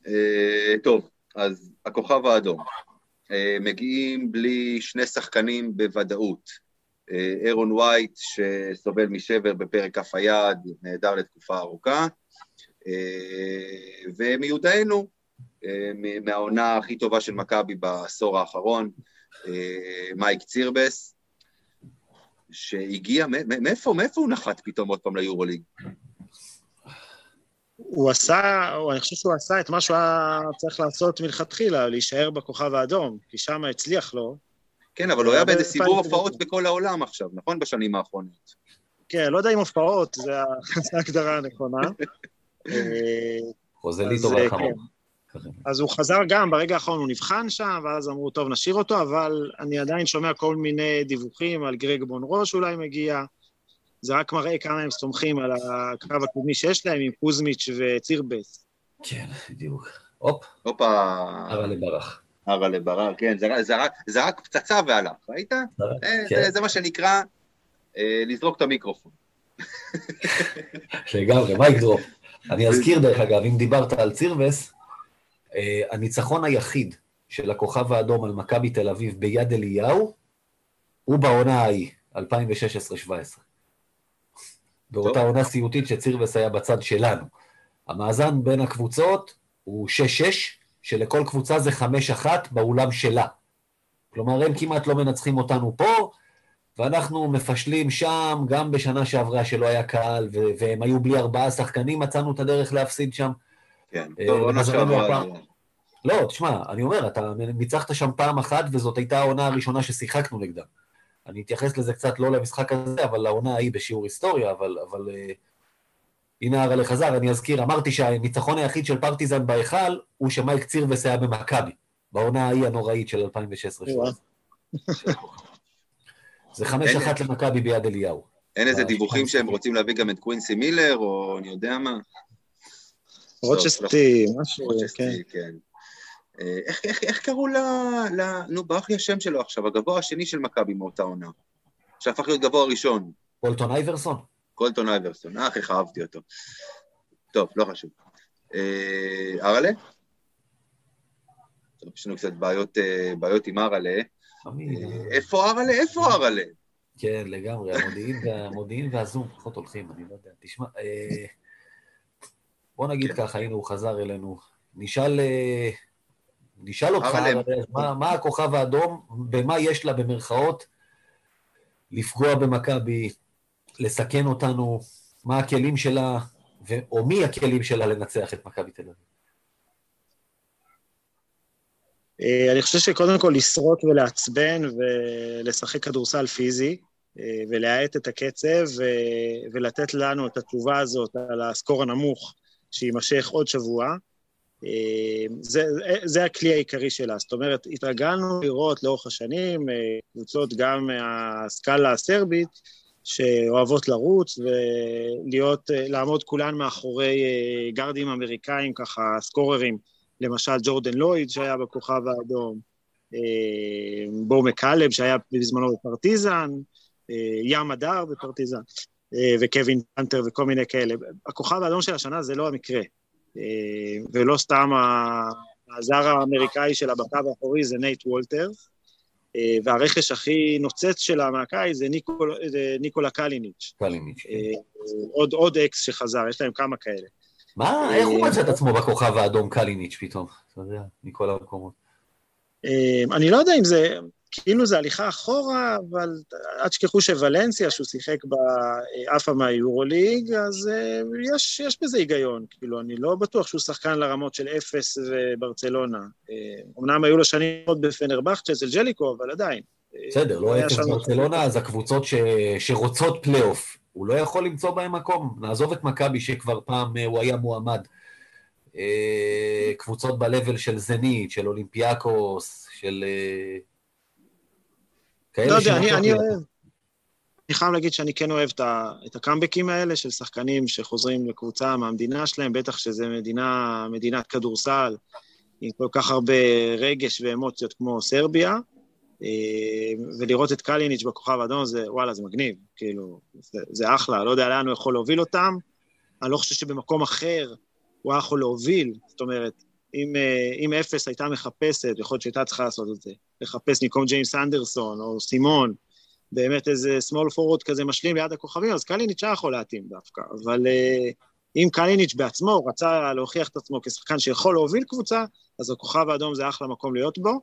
טוב, אז הכוכב האדום. מגיעים בלי שני שחקנים בוודאות. אירון וייט, שסובל משבר בפרק כף היד, נהדר לתקופה ארוכה, ומיודענו, מהעונה הכי טובה של מכבי בעשור האחרון, מייק צירבס, שהגיע, מאיפה, מאיפה הוא נחת פתאום עוד פעם ליורוליג? הוא עשה, אני חושב שהוא עשה את מה שהוא היה צריך לעשות מלכתחילה, להישאר בכוכב האדום, כי שם הצליח לו. כן, אבל הוא היה באיזה סיבור הופעות בכל העולם עכשיו, נכון? בשנים האחרונות. כן, לא יודע אם הופעות, זה ההגדרה הנכונה. חוזלי טוב וחמור. אז הוא חזר גם, ברגע האחרון הוא נבחן שם, ואז אמרו, טוב, נשאיר אותו, אבל אני עדיין שומע כל מיני דיווחים על גרג בונרו שאולי מגיע. זה רק מראה כמה הם סומכים על הקו הקודמי שיש להם, עם קוזמיץ' וצירבס. כן, בדיוק. הופ. הופה. הרה לברח. הרה לברח, כן, זה רק פצצה והלך, ראית? זה מה שנקרא לזרוק את המיקרופון. לגמרי, מייק דרופ. אני אזכיר דרך אגב, אם דיברת על צירבס, הניצחון היחיד של הכוכב האדום על מכבי תל אביב ביד אליהו, הוא בעונה ההיא, אלפיים ושש עשרה שבע עשרה. באותה עונה סיוטית שצירבס היה בצד שלנו. המאזן בין הקבוצות הוא שש שש, שלכל קבוצה זה חמש אחת באולם שלה. כלומר, הם כמעט לא מנצחים אותנו פה, ואנחנו מפשלים שם, גם בשנה שעברה שלא היה קהל, והם היו בלי ארבעה שחקנים, מצאנו את הדרך להפסיד שם. כן, טוב, עונה שעברה. לא, תשמע, אני אומר, אתה ניצחת שם פעם אחת, וזאת הייתה העונה הראשונה ששיחקנו נגדה. אני אתייחס לזה קצת לא למשחק הזה, אבל לעונה ההיא בשיעור היסטוריה, אבל, אבל uh, הנה הרה לחזר, אני אזכיר, אמרתי שהניצחון היחיד של פרטיזן בהיכל, הוא שמייק צירבס היה במכבי, בעונה ההיא הנוראית של אלפיים ושש עשרה. זה חמש אחת למכבי ביד אליהו. אין איזה דיווחים שהם רוצים להביא גם את קווינסי מילר, או אני יודע מה? רוצ'סטי, משהו, כן. איך, איך, איך קראו לה, לה, נו, ברח לי השם שלו עכשיו, הגבוה השני של מכבי מאותה עונה, שהפך להיות גבוה ראשון. קולטון אייברסון? קולטון אייברסון, אך, איך אהבתי אותו. טוב, לא חשוב. אה, ארלה? טוב, יש לנו קצת בעיות, בעיות עם ארלה. איפה ארלה? איפה ארלה? כן, לגמרי, המודיעין, והמודיעין והזום פחות הולכים, אני לא יודע. תשמע, אה, בוא נגיד כן. ככה, הנה הוא חזר אלינו. נשאל... נשאל אותך, מה, מה הכוכב האדום, במה יש לה במרכאות לפגוע במכבי, לסכן אותנו, מה הכלים שלה, ו... או מי הכלים שלה לנצח את מכבי תל אביב? אני חושב שקודם כל לשרוט ולעצבן ולשחק כדורסל פיזי, ולהאט את הקצב ולתת לנו את התשובה הזאת על הסקור הנמוך שימשך עוד שבוע. זה, זה הכלי העיקרי שלה. זאת אומרת, התרגלנו לראות לאורך השנים קבוצות גם מהסקאלה הסרבית שאוהבות לרוץ ולהיות, לעמוד כולן מאחורי גרדים אמריקאים, ככה סקוררים, למשל ג'ורדן לויד שהיה בכוכב האדום, בו מקלב שהיה בזמנו בפרטיזן, ים הדר בפרטיזן, וקווין פנטר וכל מיני כאלה. הכוכב האדום של השנה זה לא המקרה, ולא סתם הזר האמריקאי שלה בקו האחורי זה נייט וולטר, והרכש הכי נוצץ שלה מהקיץ זה, ניקול, זה ניקולה קליניץ'. קליניץ'. עוד, עוד אקס שחזר, יש להם כמה כאלה. מה? איך הוא מצא את עצמו בכוכב האדום קליניץ' פתאום? אתה יודע, מכל המקומות. אני לא יודע אם זה, כאילו זה הליכה אחורה, אבל עד שכחו שוולנסיה, שהוא שיחק באפה מהיורוליג, אז יש, יש בזה היגיון. כאילו, אני לא בטוח שהוא שחקן לרמות של אפס וברצלונה. אמנם היו לו שנים עוד בפנרבכצ'ה אצל ג'ליקו, אבל עדיין. בסדר, לא אפס ברצלונה, אז הקבוצות ש... שרוצות פלייאוף. הוא לא יכול למצוא בהם מקום. נעזוב את מכבי שכבר פעם הוא היה מועמד. קבוצות בלבל של זנית, של אולימפיאקוס, של... לא יודע, אני, אני אוהב. אני חייב להגיד שאני כן אוהב את הקאמבקים האלה של שחקנים שחוזרים לקבוצה מהמדינה שלהם, בטח שזה מדינה, מדינת כדורסל, עם כל כך הרבה רגש ואמוציות כמו סרביה, ולראות את קליניץ' בכוכב האדום, זה, וואלה, זה מגניב, כאילו, זה, זה אחלה, לא יודע לאן הוא יכול להוביל אותם, אני לא חושב שבמקום אחר הוא יכול להוביל, זאת אומרת, אם, אם אפס הייתה מחפשת, יכול להיות שהייתה צריכה לעשות את זה, לחפש במקום ג'יימס אנדרסון או סימון, באמת איזה small forward כזה משלים ליד הכוכבים, אז קליניץ' היה יכול להתאים דווקא, אבל אם קליניץ' בעצמו רצה להוכיח את עצמו כשחקן שיכול להוביל קבוצה, אז הכוכב האדום זה אחלה מקום להיות בו,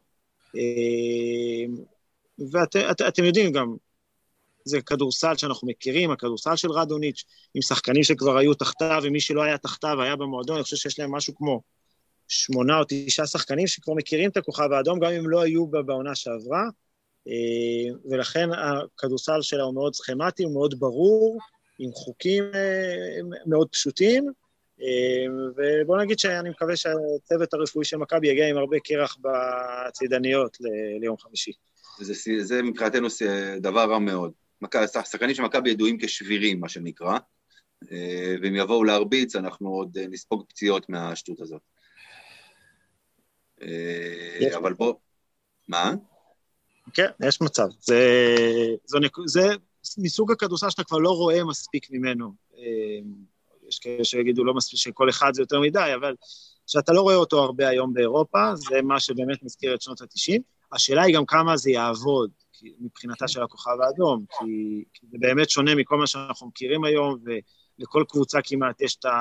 ואתם ואת, את, יודעים גם, זה כדורסל שאנחנו מכירים, הכדורסל של רדוניץ', עם שחקנים שכבר היו תחתיו, ומי שלא היה תחתיו היה במועדון, אני חושב שיש להם משהו כמו שמונה או תשעה שחקנים שכבר מכירים את הכוכב האדום, גם אם לא היו בעונה שעברה, ולכן הכדורסל שלה הוא מאוד סכמטי, הוא מאוד ברור, עם חוקים מאוד פשוטים, ובוא נגיד שאני מקווה שהצוות הרפואי של מכבי יגיע עם הרבה קרח בצידניות ליום חמישי. זה, זה מבחינתנו דבר רע מאוד. שחקנים של מכבי ידועים כשבירים, מה שנקרא, והם יבואו להרביץ, אנחנו עוד נספוג פציעות מהשטות הזאת. אבל בוא, מה? כן, יש מצב. זה, זה, זה מסוג הכדורסל שאתה כבר לא רואה מספיק ממנו. יש כאלה שיגידו לא מספיק שכל אחד זה יותר מדי, אבל שאתה לא רואה אותו הרבה היום באירופה, זה מה שבאמת מזכיר את שנות ה-תשעים. השאלה היא גם כמה זה יעבוד מבחינתה של הכוכב האדום, כי, כי זה באמת שונה מכל מה שאנחנו מכירים היום, ולכל קבוצה כמעט יש את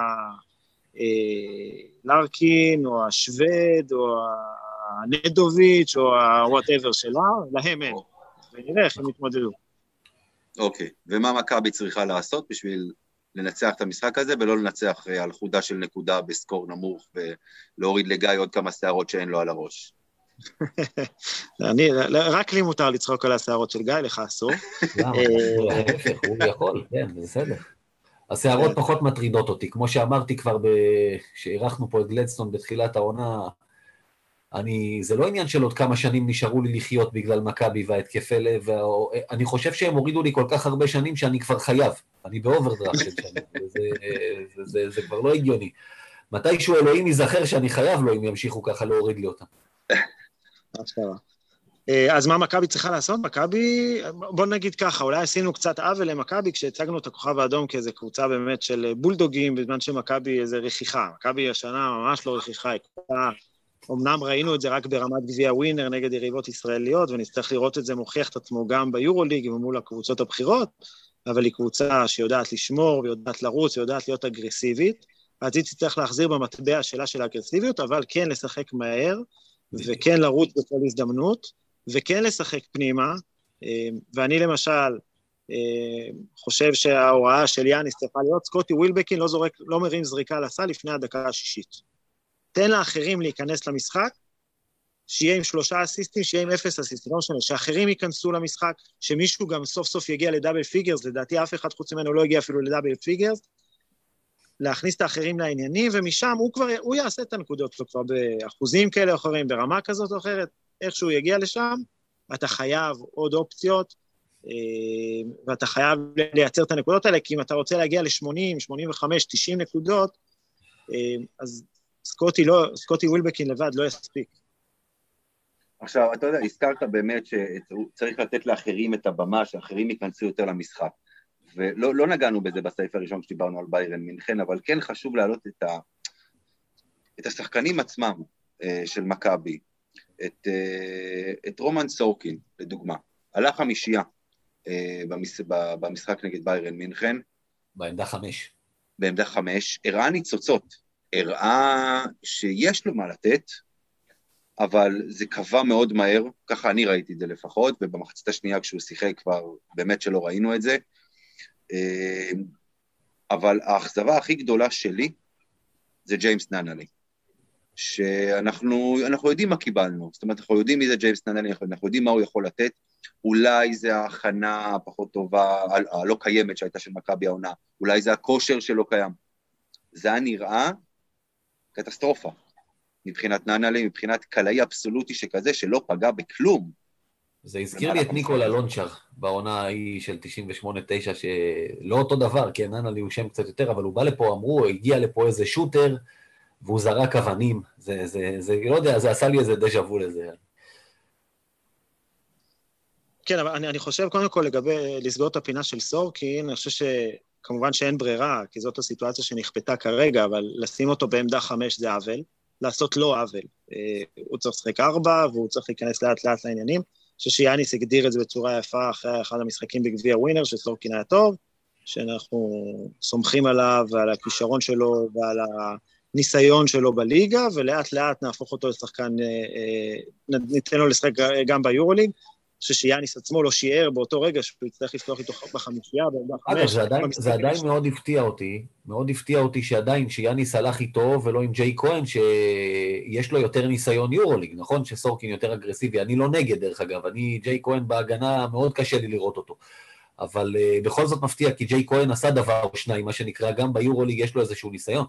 הלרקין, או השווד, או הנדוביץ', או ה-whatever שלה, להם אין. ונראה איך הם יתמודדו. אוקיי, ומה מכבי צריכה לעשות בשביל לנצח את המשחק הזה, ולא לנצח על חודה של נקודה בסקור נמוך, ולהוריד לגיא עוד כמה שערות שאין לו על הראש? אני, רק לי מותר לצחוק על השערות של גיא, לך אסור. למה? הוא יכול, כן, זה בסדר. השערות פחות מטרידות אותי, כמו שאמרתי כבר כשאירחנו פה את גלדסטון בתחילת העונה, אני, זה לא עניין של עוד כמה שנים נשארו לי לחיות בגלל מכבי וההתקפי לב, אני חושב שהם הורידו לי כל כך הרבה שנים שאני כבר חייב, אני באוברדרפט של שנים, זה, זה, זה, זה כבר לא הגיוני. מתישהו אלוהים ייזכר שאני חייב לו אם ימשיכו ככה להוריד לי אותם. אז מה מכבי צריכה לעשות? מכבי, בוא נגיד ככה, אולי עשינו קצת עוול למכבי כשהצגנו את הכוכב האדום כאיזו קבוצה באמת של בולדוגים, בזמן שמכבי איזה רכיחה. מכבי השנה ממש לא רכיחה, היא קבוצה, אמנם ראינו את זה רק ברמת גביע ווינר נגד יריבות ישראליות, ונצטרך לראות את זה מוכיח את עצמו גם ביורוליג ומול הקבוצות הבחירות, אבל היא קבוצה שיודעת לשמור ויודעת לרוץ ויודעת להיות אגרסיבית, אז היא תצטרך להחזיר במטבע שלה של האגרסיביות, אבל כן לשחק מהר, וכן לרוץ בכל הזדמנות, וכן לשחק פנימה, ואני למשל חושב שההוראה של יאניס צריכה להיות, סקוטי ווילבקין לא, זורק, לא מרים זריקה לסל לפני הדקה השישית. תן לאחרים להיכנס למשחק, שיהיה עם שלושה אסיסטים, שיהיה עם אפס אסיסטים, לא משנה, שאחרים ייכנסו למשחק, שמישהו גם סוף סוף יגיע לדאבל פיגרס, לדעתי אף אחד חוץ ממנו לא הגיע אפילו לדאבל פיגרס, להכניס את האחרים לעניינים, ומשם הוא כבר, הוא יעשה את הנקודות שלו כבר באחוזים כאלה או אחרים, ברמה כזאת או אחרת, איכשהו יגיע לשם, אתה חייב עוד אופציות, ואתה חייב לייצר את הנקודות האלה, כי אם אתה רוצה להגיע ל-שמונים, שמונים וחמש, תשעים נקודות, אז סקוטי, לא, סקוטי ווילבקין לבד לא יספיק. עכשיו, אתה יודע, הזכרת באמת שצריך לתת לאחרים את הבמה, שאחרים ייכנסו יותר למשחק. ולא לא נגענו בזה בסעיף הראשון כשדיברנו על ביירן מינכן, אבל כן חשוב להעלות את, ה, את השחקנים עצמם של מכבי, את, את רומן סורקין, לדוגמה. עלה חמישייה במש, במשחק נגד ביירן מינכן. בעמדה חמש. בעמדה חמש. הראה ניצוצות. הראה שיש לו מה לתת, אבל זה קבע מאוד מהר, ככה אני ראיתי את זה לפחות, ובמחצית השנייה כשהוא שיחק כבר באמת שלא ראינו את זה, אבל האכזבה הכי גדולה שלי זה ג'יימס נאנלי, שאנחנו אנחנו יודעים מה קיבלנו, זאת אומרת, אנחנו יודעים מי זה ג'יימס נאנלי, אנחנו יודעים מה הוא יכול לתת, אולי זה ההכנה הפחות טובה, הלא קיימת שהייתה של מכבי העונה, אולי זה הכושר שלא קיים, זה היה נראה קטסטרופה, מבחינת נאנלי, מבחינת קלעי אבסולוטי שכזה, שלא פגע בכלום. זה הזכיר לי את ניקולה לונצ'ר, בעונה ההיא של תשעים ושמונה תשע, שלא אותו דבר, כן, נאנלי הוא שם קצת יותר, אבל הוא בא לפה, אמרו, הגיע לפה איזה שוטר, והוא זרק אבנים, זה, זה, זה, לא יודע, זה עשה לי איזה דז'ה וו לזה. כן, אבל אני, אני חושב קודם כל לגבי לסגור את הפינה של סורקין, אני חושב שכמובן שאין ברירה, כי זאת הסיטואציה שנכפתה כרגע, אבל לשים אותו בעמדה חמש זה עוול, לעשות לו עוול. הוא צריך לשחק ארבע, והוא צריך להיכנס לאט לאט לעניינים. אני חושב שיאניס הגדיר את זה בצורה יפה אחרי אחד המשחקים בגביע ווינר, שסורקין היה טוב, שאנחנו סומכים עליו ועל הכישרון שלו ועל הניסיון שלו בליגה, ולאט לאט נהפוך אותו לשחקן, ניתן לו לשחק גם ביורוליג, אני חושב שיאניס עצמו לא שיער באותו רגע שהוא יצטרך לפתוח איתו בחמישייה, אגב, זה עדיין, זה עדיין מאוד הפתיע אותי, מאוד הפתיע אותי שעדיין, שיאניס הלך איתו ולא עם ג'יי כהן, שיש לו יותר ניסיון יורוליג, נכון? שסורקין יותר אגרסיבי, אני לא נגד דרך אגב, אני ג'יי כהן בהגנה, מאוד קשה לי לראות אותו, אבל uh, בכל זאת מפתיע, כי ג'יי כהן עשה דבר או שניים, מה שנקרא, גם ביורוליג יש לו איזשהו ניסיון.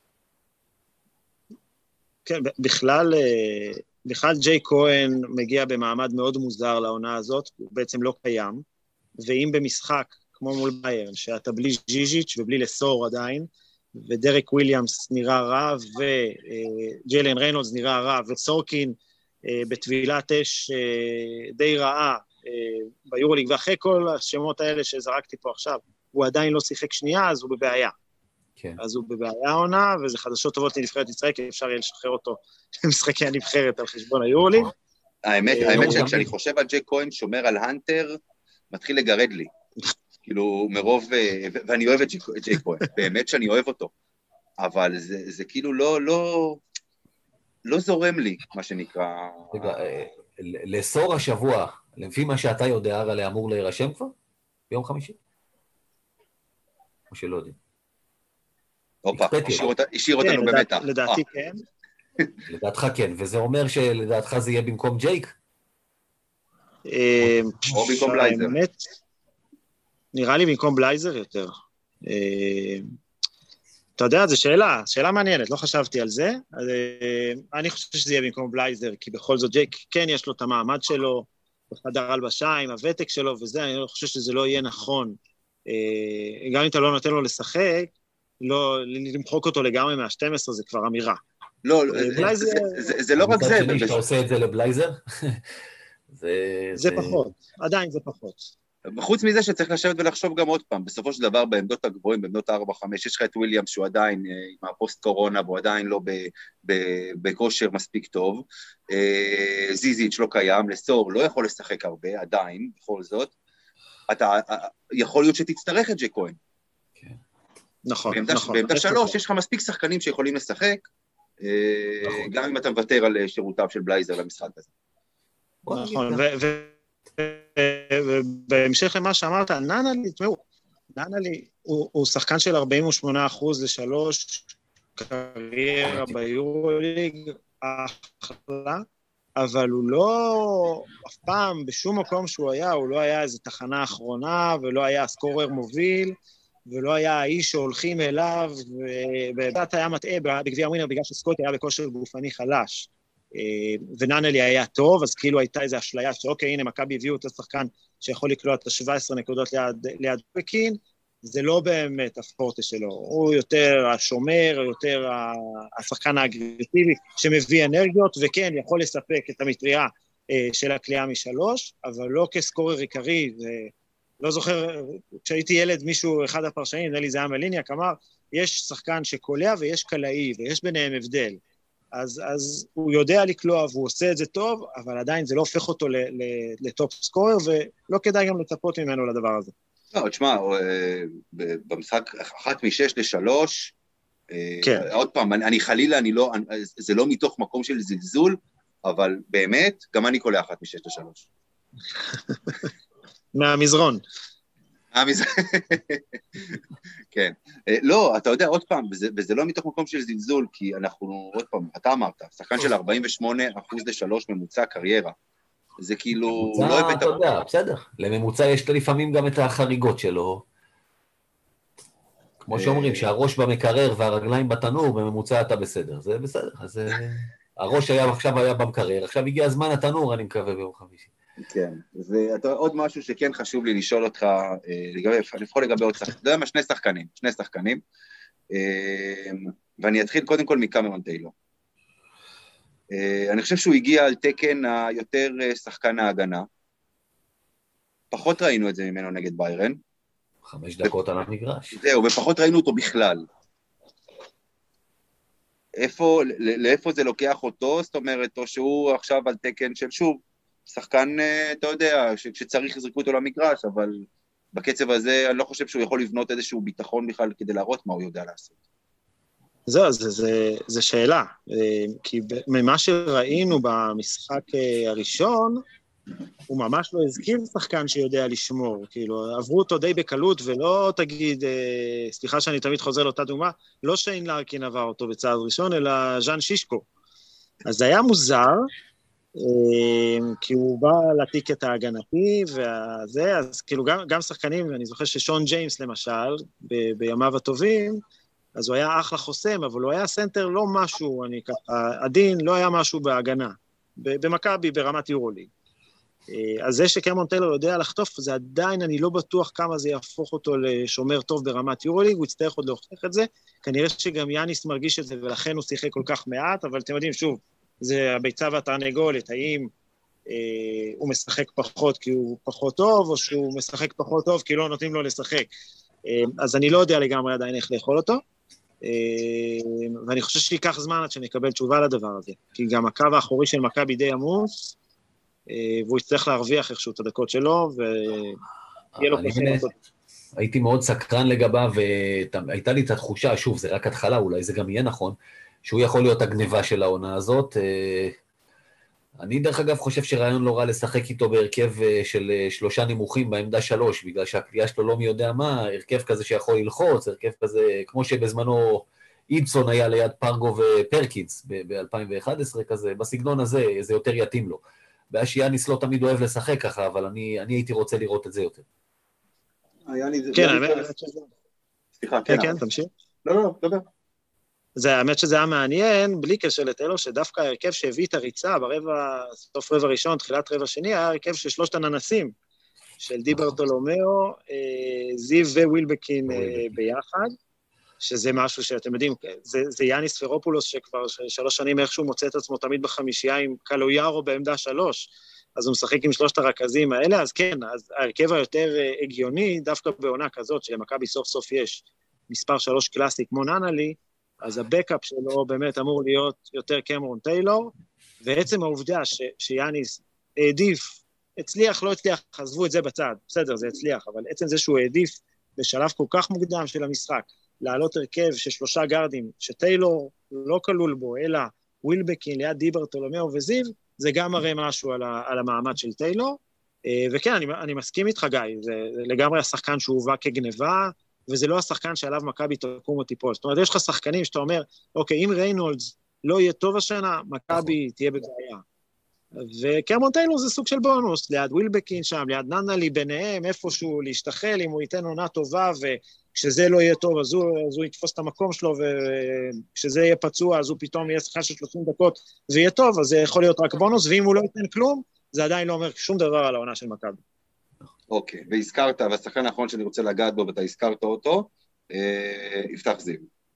כן, בכלל... בכלל ג'יי כהן מגיע במעמד מאוד מוזר לעונה הזאת, הוא בעצם לא קיים, ואם במשחק, כמו מול ביירן, שאתה בלי ז'יז'יץ' ובלי לסור עדיין, ודרק וויליאמס נראה רע, וג'יילן ריינולדס נראה רע, וסורקין בטבילת אש די רעה ביורוליג, ואחרי כל השמות האלה שזרקתי פה עכשיו, הוא עדיין לא שיחק שנייה, אז הוא בבעיה. כן. אז הוא בבעיה עונה, וזה חדשות טובות לנבחרת ישראל, כי אפשר יהיה לשחרר אותו למשחקי הנבחרת על חשבון היורוליג. האמת, האמת שכשאני חושב על ג'יי כהן, שומר על הנטר, מתחיל לגרד לי. כאילו, מרוב, ואני אוהב את ג'יי כהן, באמת שאני אוהב אותו. אבל זה, זה כאילו לא, לא, לא זורם לי, מה שנקרא. רגע, לסור השבוע, לפי מה שאתה יודע, הרי אמור להירשם כבר? ביום חמישי? או שלא יודעים. הופה, השאיר אותנו במתח. לדעתי כן. לדעתך כן, וזה אומר שלדעתך זה יהיה במקום ג'ייק? או במקום בלייזר. נראה לי במקום בלייזר יותר. אתה יודע, זו שאלה, שאלה מעניינת, לא חשבתי על זה. אני חושב שזה יהיה במקום בלייזר, כי בכל זאת ג'ייק כן יש לו את המעמד שלו, בחדר הלבשה עם הוותק שלו וזה, אני חושב שזה לא יהיה נכון. גם אם אתה לא נותן לו לשחק, לא, למחוק אותו לגמרי מה-שתים עשרה זה כבר אמירה. לא, זה לא רק זה. אתה עושה את זה לבלייזר? זה פחות, עדיין זה פחות. חוץ מזה שצריך לשבת ולחשוב גם עוד פעם, בסופו של דבר בעמדות הגבוהים, בעמדות ארבע חמש, יש לך את וויליאמס שהוא עדיין עם הפוסט קורונה, והוא עדיין לא בכושר מספיק טוב, זיזיץ' לא קיים, לסור לא יכול לשחק הרבה, עדיין, בכל זאת, אתה יכול להיות שתצטרך את ג'יי כהן. נכון, נכון. בעמדה שלוש, יש לך מספיק שחקנים שיכולים לשחק, גם אם אתה מוותר על שירותיו של בלייזר למשחק הזה. נכון, ובהמשך למה שאמרת, נאנלי, תשמעו, נאנלי הוא שחקן של ארבעים ושמונה אחוז לשלוש, קריירה ביורוליג, אחלה, אבל הוא לא, אף פעם, בשום מקום שהוא היה, הוא לא היה איזו תחנה אחרונה, ולא היה סקורר מוביל, ולא היה האיש שהולכים אליו, ובאמת היה מטעה בגביע ווינר, בגלל שסקוטי היה בכושר גופני חלש, ונאנלי היה טוב, אז כאילו הייתה איזו אשליה, שאוקיי, הנה, מכבי הביאו את השחקן שיכול לקלוע את ה-שבע עשרה נקודות ליד, ליד פקין, זה לא באמת הספורט שלו, הוא יותר השומר, יותר השחקן האגרסיבי, שמביא אנרגיות, וכן, יכול לספק את המטריה של הקליעה משלוש, אבל לא כסקורר עיקרי, לא זוכר, כשהייתי ילד, מישהו, אחד הפרשנים, נדמה לי זה היה מליניאק, אמר, יש שחקן שקולע ויש קלעי, ויש ביניהם הבדל. אז, אז הוא יודע לקלוע והוא עושה את זה טוב, אבל עדיין זה לא הופך אותו לטופ סקורר, ולא כדאי גם לצפות ממנו לדבר הזה. לא, תשמע, במשחק אחת משש לשלוש, כן. עוד פעם, אני חלילה, אני לא, זה לא מתוך מקום של זלזול, אבל באמת, גם אני קולע אחת משש לשלוש. מהמזרון. מהמזרון, כן. לא, אתה יודע, עוד פעם, וזה לא מתוך מקום של זלזול, כי אנחנו, עוד פעם, אתה אמרת, שחקן של ארבעים ושמונה אחוז לשלוש ממוצע קריירה. זה כאילו... ממוצע, אתה יודע, בסדר. לממוצע יש לפעמים גם את החריגות שלו. כמו שאומרים, שהראש במקרר והרגליים בתנור, בממוצע אתה בסדר. זה בסדר. אז הראש היה עכשיו היה במקרר, עכשיו הגיע הזמן התנור, אני מקווה ביום חמישי. כן, ועוד משהו שכן חשוב לי לשאול אותך, לפחות לגבי עוד שחקנים, אתה יודע מה, שני שחקנים, שני שחקנים, ואני אתחיל קודם כל מקמרון טיילור. אני חושב שהוא הגיע על תקן היותר שחקן ההגנה, פחות ראינו את זה ממנו נגד ביירן. חמש דקות על המגרש. זהו, ופחות ראינו אותו בכלל. איפה, לאיפה זה לוקח אותו, זאת אומרת, או שהוא עכשיו על תקן של שוב, שחקן, אתה יודע, שצריך יזרקו אותו למגרש, אבל בקצב הזה אני לא חושב שהוא יכול לבנות איזשהו ביטחון בכלל כדי להראות מה הוא יודע לעשות. זהו, זה, זה, זה שאלה, כי ממה שראינו במשחק הראשון, הוא ממש לא הזכיר שחקן שיודע לשמור, כאילו, עברו אותו די בקלות, ולא תגיד, סליחה שאני תמיד חוזר לאותה דוגמה, לא שיין לארקין עבר אותו בצעד ראשון, אלא ז'אן שישקו. אז זה היה מוזר, כי הוא בא לטיקט ההגנתי, וזה, אז כאילו גם, גם שחקנים, אני זוכר ששון ג'יימס למשל, ב, בימיו הטובים, אז הוא היה אחלה חוסם, אבל הוא היה סנטר לא משהו, אני ככה, עדין לא היה משהו בהגנה, במכבי ברמת יורוליג. אז זה שקרמון טיילור יודע לחטוף, זה עדיין, אני לא בטוח כמה זה יהפוך אותו לשומר טוב ברמת יורוליג, הוא יצטרך עוד להוכיח את זה, כנראה שגם יאניס מרגיש את זה, ולכן הוא שיחק כל כך מעט, אבל אתם יודעים, שוב, זה הביצה והתרנגולת, האם אה, הוא משחק פחות כי הוא פחות טוב, או שהוא משחק פחות טוב כי לא נותנים לו לשחק. אה, אז אני לא יודע לגמרי עדיין איך לאכול אותו, אה, ואני חושב שיקח זמן עד שנקבל תשובה לדבר הזה, כי גם הקו האחורי של מכבי די עמוס, והוא יצטרך להרוויח איכשהו את הדקות שלו, ויהיה לו קשה לעשות. הייתי מאוד סקרן לגביו, והייתה לי את התחושה, שוב, זה רק התחלה, אולי זה גם יהיה נכון, שהוא יכול להיות הגניבה של העונה הזאת. אני דרך אגב חושב שרעיון לא רע לשחק איתו בהרכב של שלושה נמוכים בעמדה שלוש, בגלל שהקליעה שלו לא מי יודע מה, הרכב כזה שיכול ללחוץ, הרכב כזה, כמו שבזמנו איבסון היה ליד פרגו ופרקינס ב-אלפיים ואחת עשרה כזה, בסגנון הזה זה יותר יתאים לו. בעיה שיאניס לא תמיד אוהב לשחק ככה, אבל אני, אני הייתי רוצה לראות את זה יותר. כן, האמת שזה... סליחה, כן, כן, תמשיך. לא, לא, דבר. זה האמת שזה היה מעניין, בלי קשר לטיילור, שדווקא הרכב שהביא את הריצה ברבע, סוף רבע ראשון, תחילת רבע שני, היה הרכב של שלושת הננסים, של די ברטולומיאו, זיו ווילבקין ביחד, שזה משהו שאתם יודעים, זה, זה יאניס פרופולוס שכבר שלוש שנים איכשהו מוצא את עצמו תמיד בחמישייה עם קלויארו בעמדה שלוש, אז הוא משחק עם שלושת הרכזים האלה, אז כן, אז ההרכב היותר הגיוני, דווקא בעונה כזאת, שלמכבי סוף סוף יש מספר שלוש קלאסי כמו ננלי, אז הבקאפ שלו באמת אמור להיות יותר קמרון טיילור, ועצם העובדה ש, שיאניס העדיף, הצליח, לא הצליח, עזבו את זה בצד, בסדר, זה הצליח, אבל עצם זה שהוא העדיף בשלב כל כך מוקדם של המשחק, לעלות הרכב של שלושה גרדים, שטיילור לא כלול בו, אלא ווילבקין ליד די ברטולומיאו וזיו, זה גם מראה משהו על, ה, על המעמד של טיילור, וכן, אני, אני מסכים איתך גיא, זה, זה לגמרי השחקן שהובא כגניבה, וזה לא השחקן שעליו מכבי תקום או טיפול. זאת אומרת, יש לך שחקנים שאתה אומר, אוקיי, אם ריינולדס לא יהיה טוב השנה, מכבי תהיה בבעיה. וקרמון טיילור זה סוג של בונוס, ליד ווילבקין שם, ליד ננלי ביניהם, איפשהו להשתחל, אם הוא ייתן עונה טובה, וכשזה לא יהיה טוב, אז הוא, אז הוא יתפוס את המקום שלו, וכשזה יהיה פצוע, אז הוא פתאום יהיה שחקן של שלושים דקות, ויהיה טוב, אז זה יכול להיות רק בונוס, ואם הוא לא ייתן כלום, זה עדיין לא אומר שום דבר על העונה של מכבי. אוקיי, והזכרת, והשחקן האחרון שאני רוצה לגעת בו, ואתה הזכרת אותו, יפתח זיו.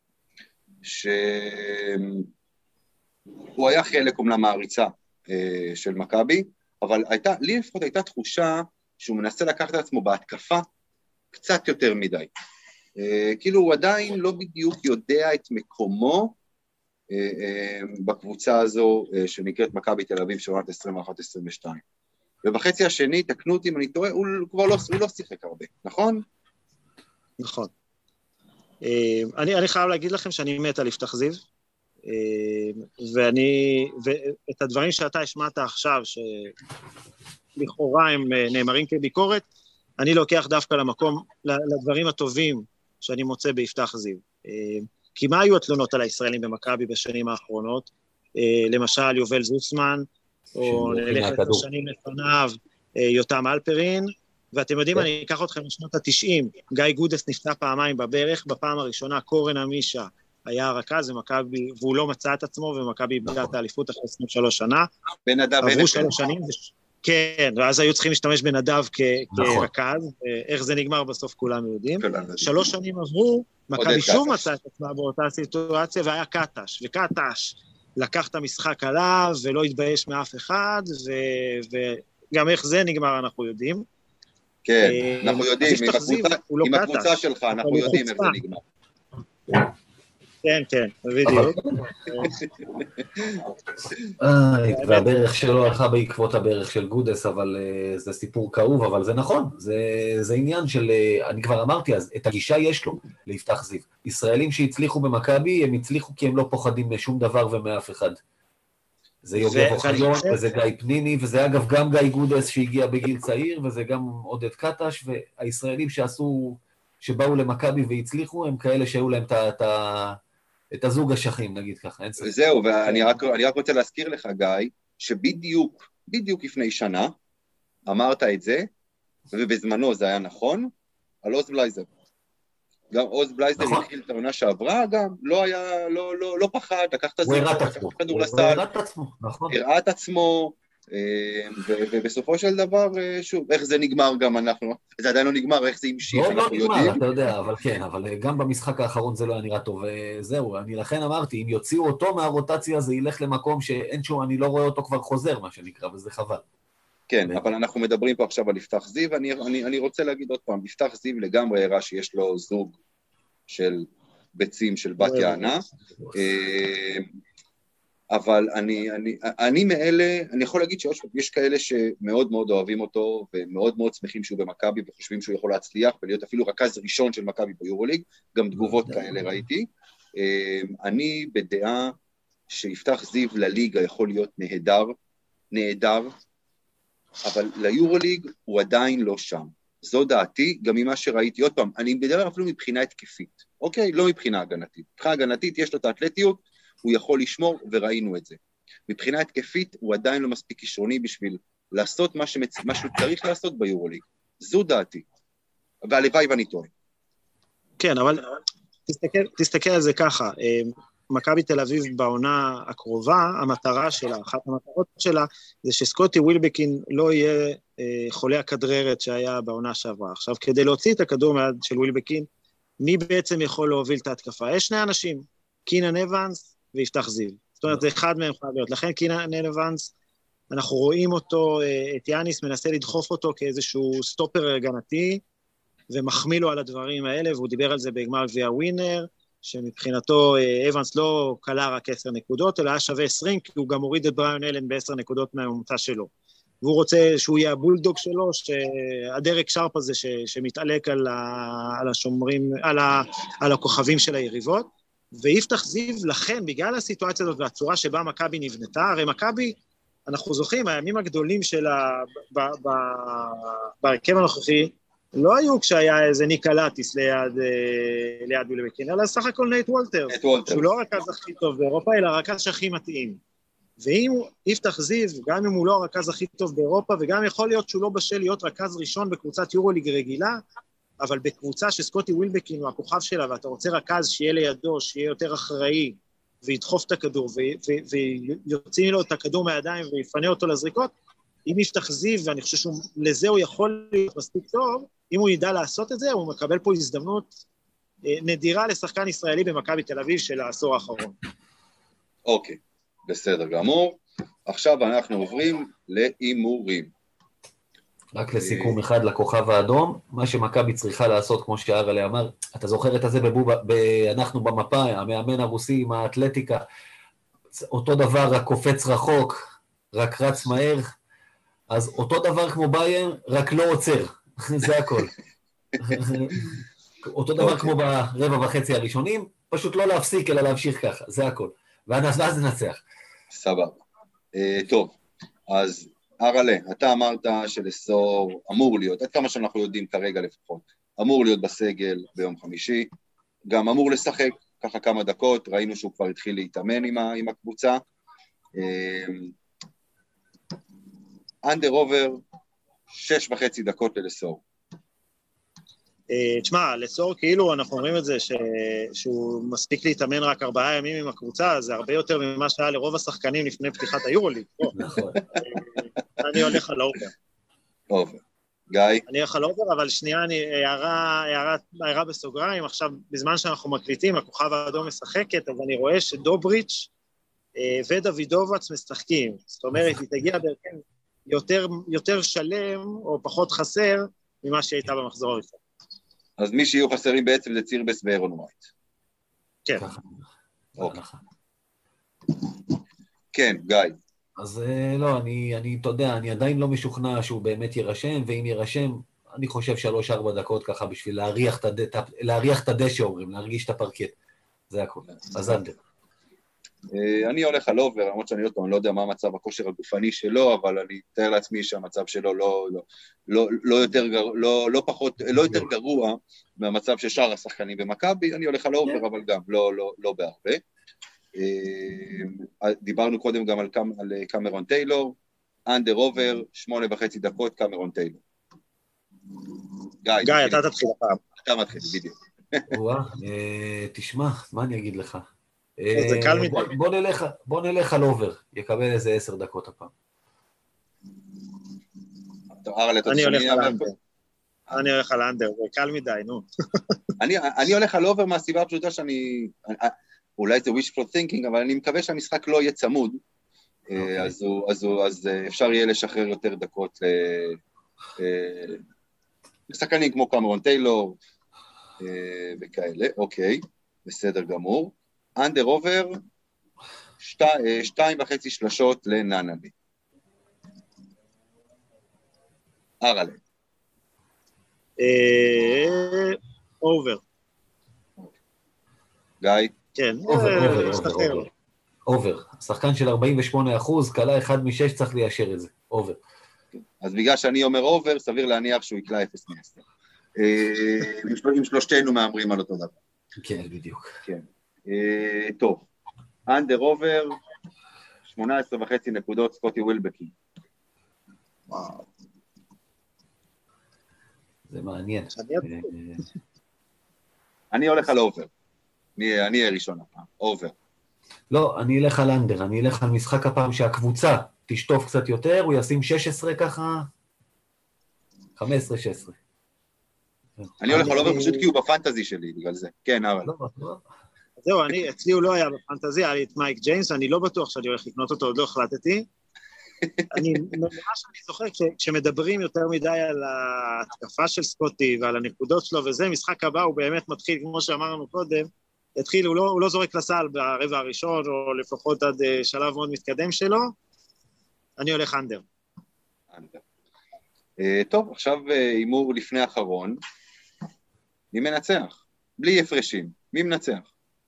שהוא היה חלק אומנם מהריצה של מכבי, אבל הייתה, לי לפחות הייתה תחושה שהוא מנסה לקחת את עצמו בהתקפה קצת יותר מדי. כאילו הוא עדיין לא בדיוק יודע את מקומו בקבוצה הזו שנקראת מכבי תל אביב של עונת עשרים ואחת עשרים ושתיים. ובחצי השני, תקנו אותי אם אני טועה, הוא כבר לא, הוא לא שיחק הרבה, נכון? נכון. אני, אני חייב להגיד לכם שאני מת על יפתח זיו, ואני, ואת הדברים שאתה השמעת עכשיו, שלכאורה הם נאמרים כביקורת, אני לוקח דווקא למקום, לדברים הטובים שאני מוצא ביפתח זיו. כי מה היו התלונות על הישראלים במכבי בשנים האחרונות? למשל, יובל זוסמן, או נלך את השנים לפניו, יותם אלפרין, ואתם יודעים, אני אקח אתכם לשנות ה-תשעים, גיא גודס נפצע פעמיים בברך, בפעם הראשונה קורן אמישה היה הרכז, ומכבי, והוא לא מצא את עצמו, ומכבי איבדה את האליפות אחרי עשרים ושלוש שנה. בנדב עברו שלוש שנים, כן, ואז היו צריכים להשתמש בנדב כרכז, איך זה נגמר בסוף כולם יודעים. שלוש שנים עברו, מכבי שוב מצא את עצמה באותה סיטואציה, והיה קטש, וקטש לקח את המשחק עליו, ולא התבייש מאף אחד, וגם איך זה נגמר אנחנו יודעים. כן, אנחנו יודעים, עם הקבוצה שלך, אנחנו יודעים איך זה נגמר. כן, כן, בדיוק. והברך שלו הלכה בעקבות הברך של גודס, אבל זה סיפור כאוב, אבל זה נכון, זה עניין של, אני כבר אמרתי, אז את הגישה יש לו, ליפתח זיו. ישראלים שהצליחו במכבי, הם הצליחו כי הם לא פוחדים משום דבר ומאף אחד. זה יוגב אוחיון, וזה גיא פניני, וזה אגב גם גיא גודס שהגיע בגיל צעיר, וזה גם עודד קטש, והישראלים שעשו, שבאו למכבי והצליחו, הם כאלה שהיו להם את ה... את הזוג השכים, נגיד ככה. זהו, ואני רק, אני רק רוצה להזכיר לך, גיא, שבדיוק, בדיוק לפני שנה, אמרת את זה, ובזמנו זה היה נכון, על עוז בלייזר. גם עוז בלייזר נכון. התחיל את העונה שעברה, גם לא היה, לא, לא, לא פחד, לקח את הזוג, לקח את כדור לסל, הוא הראה את עצמו, נכון. הראה את עצמו, ובסופו של דבר, שוב, איך זה נגמר גם אנחנו, זה עדיין לא נגמר, איך זה המשיך, לא, לא נגמר, אתה יודע, אבל כן, אבל גם במשחק האחרון זה לא היה נראה טוב, וזהו, אני לכן אמרתי, אם יוציאו אותו מהרוטציה, זה ילך למקום שאין שום, אני לא רואה אותו כבר חוזר, מה שנקרא, וזה חבל. כן, אבל אנחנו מדברים פה עכשיו על יפתח זיו, אני, אני, אני רוצה להגיד עוד פעם, יפתח זיו לגמרי הראה שיש לו זוג של ביצים של בת יענה, אבל אני, אני, אני מאלה, אני יכול להגיד שיש כאלה שמאוד מאוד אוהבים אותו, ומאוד מאוד שמחים שהוא במכבי, וחושבים שהוא יכול להצליח, ולהיות אפילו רכז ראשון של מכבי ביורוליג, גם תגובות כאלה ראיתי. אני בדעה שיפתח זיו לליגה יכול להיות נהדר, נהדר, אבל ליורוליג הוא עדיין לא שם. זו דעתי, גם ממה שראיתי, עוד פעם, אני מדבר אפילו מבחינה התקפית, אוקיי? לא מבחינה הגנתית. מבחינה הגנתית יש לו את האתלטיות, הוא יכול לשמור, וראינו את זה. מבחינה התקפית, הוא עדיין לא מספיק כישרוני בשביל לעשות מה, שמצ... מה שהוא צריך לעשות ביורוליג. זו דעתי. והלוואי ואני טועה. כן, אבל תסתכל, תסתכל על זה ככה. מכבי תל אביב בעונה הקרובה, המטרה שלה, אחת המטרות שלה, זה שסקוטי ווילבקין לא יהיה חולה הכדררת שהיה בעונה שעברה. עכשיו, כדי להוציא את הכדור מהיד של ווילבקין, מי בעצם יכול להוביל את ההתקפה? יש שני אנשים, קינן אבנס ויפתח זיו. זאת אומרת, זה אחד מהם חייב להיות. לכן קינן אבנס, אנחנו רואים אותו, את יאניס מנסה לדחוף אותו כאיזשהו סטופר הגנתי, ומחמיא לו על הדברים האלה, והוא דיבר על זה בגמר גביע ווינר, שמבחינתו אבנס לא קלה רק עשר נקודות, אלא היה שווה עשרים, כי הוא גם הוריד את בריאן אלן בעשר נקודות מהממוצע שלו. והוא רוצה שהוא יהיה הבולדוג שלו, שהדרק שרפ הזה ש, שמתעלק על, ה, על השומרים, על, ה, על הכוכבים של היריבות, ויפתח זיו לכן, בגלל הסיטואציה הזאת והצורה שבה מכבי נבנתה, הרי מכבי, אנחנו זוכרים, הימים הגדולים שלה בהרכב הנוכחי, לא היו כשהיה איזה ניקלטיס ליד, ליד ווילבקין, אלא סך הכל נייט וולטרס, שהוא לא הרכז הכי טוב באירופה, אלא הרכז שהכי מתאים. ואם יפתח זיו, גם אם הוא לא הרכז הכי טוב באירופה, וגם יכול להיות שהוא לא בשל להיות רכז ראשון בקבוצת יורוליג רגילה, אבל בקבוצה שסקוטי ווילבקין הוא הכוכב שלה, ואתה רוצה רכז שיהיה לידו, שיהיה יותר אחראי, וידחוף את הכדור, ויוציא לו את הכדור מהידיים, ויפנה אותו לזריקות, אם יפתח זיו, ואני חושב שלזה הוא יכול להיות מספיק טוב, אם הוא ידע לעשות את זה, הוא מקבל פה הזדמנות נדירה לשחקן ישראלי במכבי תל אביב של העשור האחרון. אוקיי, בסדר גמור. עכשיו אנחנו עוברים לאימורים. רק לסיכום אחד לכוכב האדום, מה שמכבי צריכה לעשות, כמו שהרלה אמר, אתה זוכר את זה בבובה, אנחנו במפה, המאמן הרוסי עם האתלטיקה, אותו דבר, רק קופץ רחוק, רק רץ מהר, אז אותו דבר כמו ביין, רק לא עוצר, זה הכל. אותו דבר כמו ברבע וחצי הראשונים, פשוט לא להפסיק, אלא להמשיך ככה, זה הכל. ואז ננצח. סבבה. טוב, אז הרלה, אתה אמרת שלסור אמור להיות, עד כמה שאנחנו יודעים כרגע לפחות, אמור להיות בסגל ביום חמישי, גם אמור לשחק ככה כמה דקות, ראינו שהוא כבר התחיל להתאמן עם, עם הקבוצה, אנדר עובר, שש וחצי דקות לסור. תשמע, לסור כאילו אנחנו אומרים את זה, שהוא מספיק להתאמן רק ארבעה ימים עם הקבוצה, זה הרבה יותר ממה שהיה לרוב השחקנים לפני פתיחת היורוליג. נכון. אני הולך על האובר. אובר. גיא? אני הולך על האובר, אבל שנייה, אני הערה בסוגריים, עכשיו, בזמן שאנחנו מקליטים, הכוכב האדום משחקת, אז אני רואה שדובריץ' ודוידובץ משחקים. זאת אומרת, היא תגיע בהרכב יותר, יותר שלם או פחות חסר ממה שהייתה במחזור הראשון. אז מי שיהיו חסרים בעצם זה צירבס ואירון ווייט. כן. כן, גיא. אז לא, אני, אני, אתה יודע, אני עדיין לא משוכנע שהוא באמת יירשם, ואם יירשם, אני חושב שלוש ארבע דקות ככה בשביל להריח את הדשא, להריח את הדשא, אומרים, להרגיש את הפרקט. זה הכל. אז אנדר. אני הולך על אובר, למרות שאני עוד פעם לא יודע מה המצב הכושר הגופני שלו, אבל אני מתאר לעצמי שהמצב שלו לא, לא, לא, לא יותר גרוע, לא, לא פחות, לא יותר גרוע מהמצב של שאר השחקנים במכבי, אני הולך על אובר, אבל גם לא, לא, לא בהרבה. דיברנו קודם גם על, על קמרון טיילור, אנדר אובר, שמונה וחצי דקות, קמרון טיילור. גיא, גיא, אתה תתחיל הפעם. אתה מתחיל, בדיוק. וואה, תשמע, מה אני אגיד לך? זה קל מדי. בוא נלך, בוא נלך על אובר, יקבל איזה עשר דקות הפעם. אני הולך על אנדר. אני הולך על אנדר, זה קל מדי, נו. אני הולך על אובר מהסיבה הפשוטה שאני, אולי זה wishful thinking, אבל אני מקווה שהמשחק לא יהיה צמוד, אז אפשר יהיה לשחרר יותר דקות לשחקנים כמו קמרון טיילור וכאלה, אוקיי, בסדר גמור. אנדר אובר, שתיים וחצי שלשות לננבי. ארלה. אובר. גיא? כן, אובר, אובר. אובר. השחקן של ארבעים ושמונה אחוז, קלה אחד משש, צריך ליישר את זה. אובר. אז בגלל שאני אומר אובר, סביר להניח שהוא יקלה אפס מעשר. עם שלושתנו מאמרים על אותו דבר. כן, בדיוק. כן. טוב, אנדר אובר, שמונה עשרה וחצי נקודות, סקוטי ווילבקי. וואו. זה מעניין. אני הולך על אובר. אני אהיה ראשון הפעם, אובר. לא, אני אלך על אנדר, אני אלך על משחק הפעם שהקבוצה תשטוף קצת יותר, הוא ישים שש עשרה ככה, חמש עשרה שש עשרה. אני הולך על אובר פשוט כי הוא בפנטזי שלי, בגלל זה. כן, אבל. לא, לא. זהו, אני, אצלי הוא לא היה בפנטזי, היה לי את מייק ג'יימס, אני לא בטוח שאני הולך לקנות אותו, עוד לא החלטתי. אני, מה שאני זוכר, כשמדברים יותר מדי על ההתקפה של סקוטי ועל הנקודות שלו וזה, משחק הבא הוא באמת מתחיל, כמו שאמרנו קודם, התחיל, הוא לא, הוא לא זורק לסל ברבע הראשון, או לפחות עד שלב מאוד מתקדם שלו, אני הולך אנדר. אנדר. Uh, טוב, עכשיו אימור לפני האחרון, מי מנצח? בלי הפרשים, מי מנצח?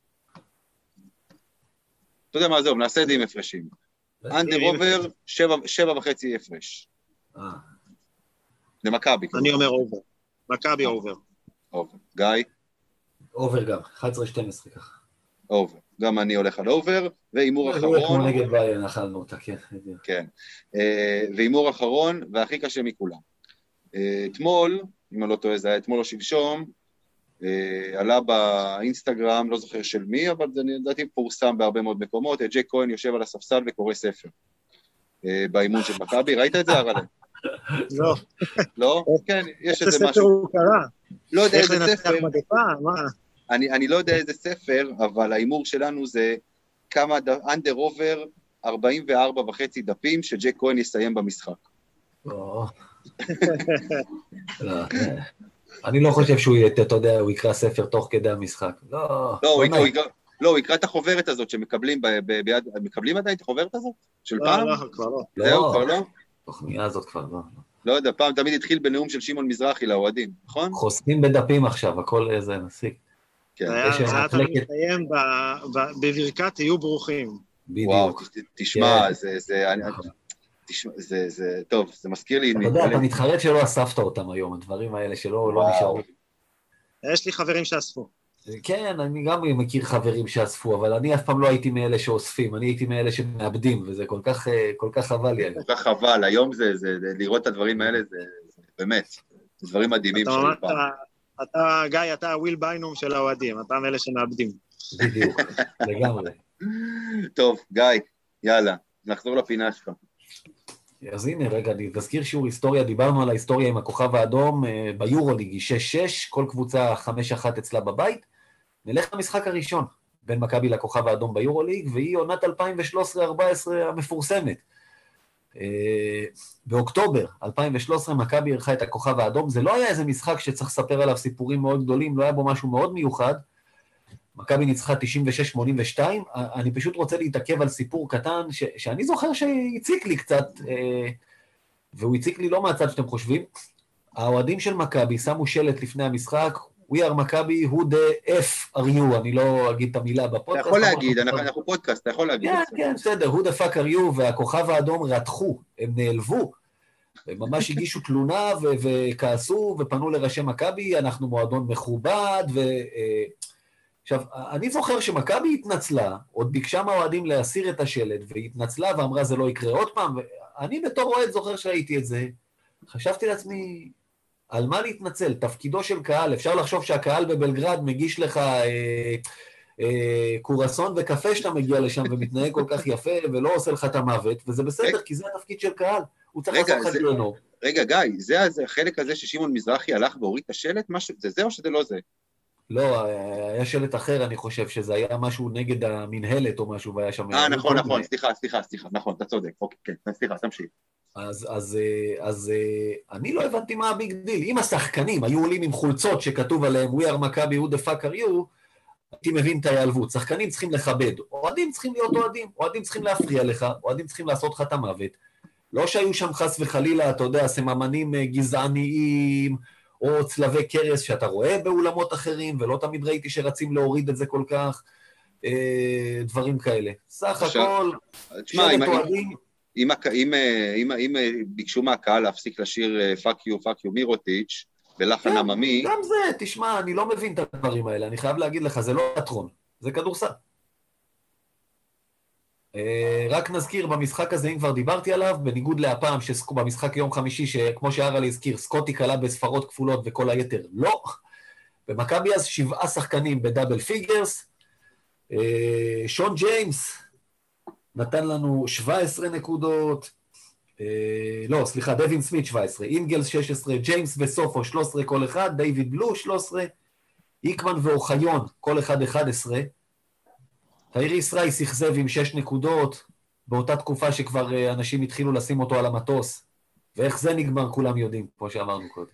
אתה יודע מה, זהו, נעשה את זה עם הפרשים. אנדר אובר, שבע וחצי הפרש. למכבי. אני אומר אובר. מכבי אובר. אובר. גיא? אובר גם, אחת עשרה שתים עשרה ככה. אובר. גם אני הולך על אובר, ואימור אחרון... כמו נגד ביין, אכלנו אותה, כן. כן. ואימור אחרון, והכי קשה מכולם. אתמול, אם אני לא טועה, זה היה אתמול או שלשום, עלה באינסטגרם, לא זוכר של מי, אבל זה לדעתי פורסם בהרבה מאוד מקומות, ג'ק כהן יושב על הספסל וקורא ספר באימון של מכבי, ראית את זה, ארלה? לא. לא? כן, יש איזה משהו. איזה ספר הוא קרא? לא יודע איזה ספר. איך לנצח מגפה, מה? אני לא יודע איזה ספר, אבל האימור שלנו זה כמה אנדר אובר, ארבעים וארבע וחצי דפים, שג'ק כהן יסיים במשחק. לא. אני לא חושב שהוא, אתה יודע, הוא יקרא ספר תוך כדי המשחק. לא. לא, הוא יקרא את החוברת הזאת שמקבלים ביד, מקבלים עדיין את החוברת הזאת? של פעם? לא, כבר לא. זהו, כבר לא? התוכניה הזאת כבר לא. לא יודע, פעם תמיד התחיל בנאום של שמעון מזרחי לאוהדים, נכון? חוסמים בדפים עכשיו, הכל איזה נסיק. זה היה תמיד מסתיים בברכת תהיו ברוכים. וואו, תשמע, זה, טוב, זה מזכיר לי... אתה יודע, אתה מתחרט שלא אספת אותם היום, הדברים האלה שלא נשארו. יש לי חברים שאספו. כן, אני גם מכיר חברים שאספו, אבל אני אף פעם לא הייתי מאלה שאוספים, אני הייתי מאלה שמאבדים, וזה כל כך, כל כך חבל לי. כל כך חבל, היום זה, לראות את הדברים האלה, זה באמת, זה דברים מדהימים של פעם. אתה, גיא, אתה הוויל ביינום של האוהדים, אתה מאלה שמאבדים. בדיוק, לגמרי. טוב, גיא, יאללה, נחזור לפינה שלך. אז הנה, רגע, אני תזכיר שיעור היסטוריה, דיברנו על ההיסטוריה עם הכוכב האדום ביורוליג, היא שש שש, כל קבוצה חמש אחת אצלה בבית, נלך למשחק הראשון בין מכבי לכוכב האדום ביורוליג, והיא עונת אלפיים ושלוש עשרה ארבע עשרה המפורסמת. באוקטובר אלפיים ושלוש עשרה מכבי ערכה את הכוכב האדום, זה לא היה איזה משחק שצריך לספר עליו סיפורים מאוד גדולים, לא היה בו משהו מאוד מיוחד, מכבי ניצחה תשעים ושש שמונים ושתיים, אני פשוט רוצה להתעכב על סיפור קטן, ש, שאני זוכר שהציק לי קצת, והוא הציק לי לא מהצד שאתם חושבים, האוהדים של מכבי שמו שלט לפני המשחק, We are מכבי, who the F are you, אני לא אגיד את המילה בפודקאסט. אתה יכול להגיד, אנחנו פודקאסט, אתה יכול להגיד. כן, כן, בסדר, who the fuck are you, והכוכב האדום רתחו, הם נעלבו, הם ממש הגישו תלונה ו- וכעסו ופנו לראשי מכבי, אנחנו מועדון מכובד, ו... עכשיו, אני זוכר שמכבי התנצלה, עוד ביקשה מהאוהדים להסיר את השלט, והיא התנצלה ואמרה זה לא יקרה עוד פעם, ואני בתור אוהד זוכר שראיתי את זה, חשבתי לעצמי, על מה להתנצל? תפקידו של קהל, אפשר לחשוב שהקהל בבלגרד מגיש לך אה, אה, קורסון וקפה שאתה מגיע לשם ומתנהג כל כך יפה ולא עושה לך את המוות, וזה בסדר, רגע, כי זה התפקיד של קהל, הוא צריך לעשות לך גיונו. רגע, גיא, זה, זה החלק הזה ששימון מזרחי הלך והוריד את השלט, משהו, זה זה או שזה לא זה? לא, היה שלט אחר, אני חושב שזה היה משהו נגד המנהלת או משהו, והיה שם... אה, נכון, נכון, סליחה, סליחה, סליחה, נכון, אתה צודק, אוקיי, כן, סליחה, תמשיך. אז, אז, אז אני לא הבנתי מה הביג דיל. אם השחקנים היו עולים עם חולצות שכתוב עליהם, We are מכבי, who the fuck are you, הייתי מבין את ההיעלבות. שחקנים צריכים לכבד, אוהדים צריכים להיות אוהדים, אוהדים צריכים להפריע לך, אוהדים צריכים לעשות לך את המוות. לא שהיו שם חס וחלילה, אתה יודע, סממנים גזעניים, או צלבי קרס שאתה רואה באולמות אחרים, ולא תמיד ראיתי שרצים להוריד את זה כל כך, דברים כאלה. סך הכל, שלט אוהדים... אם, אם, אם, אם ביקשו מהקהל להפסיק לשיר פאק יו, פאק יו מירוטיץ' בלחן כן, עממי... גם זה, תשמע, אני לא מבין את הדברים האלה, אני חייב להגיד לך, זה לא תיאטרון, זה כדורסל. רק נזכיר במשחק הזה, אם כבר דיברתי עליו, בניגוד להפעם במשחק יום חמישי, שכמו שהרלי הזכיר, סקוטי קלה בספרות כפולות וכל היתר, לא. במכבי אז שבעה שחקנים בדאבל פיגרס, שון ג'יימס, נתן לנו שבע עשרה נקודות, אה, לא, סליחה, דווין סמית שבע עשרה, אינגלס שש עשרה, ג'יימס וסופו שלוש עשרה כל אחד, דיוויד בלו שלוש עשרה, איקמן ואוחיון כל אחד אחד עשרה, תאירי ישראל סכזב עם שש נקודות, באותה תקופה שכבר אנשים התחילו לשים אותו על המטוס, ואיך זה נגמר כולם יודעים, כמו שאמרנו קודם.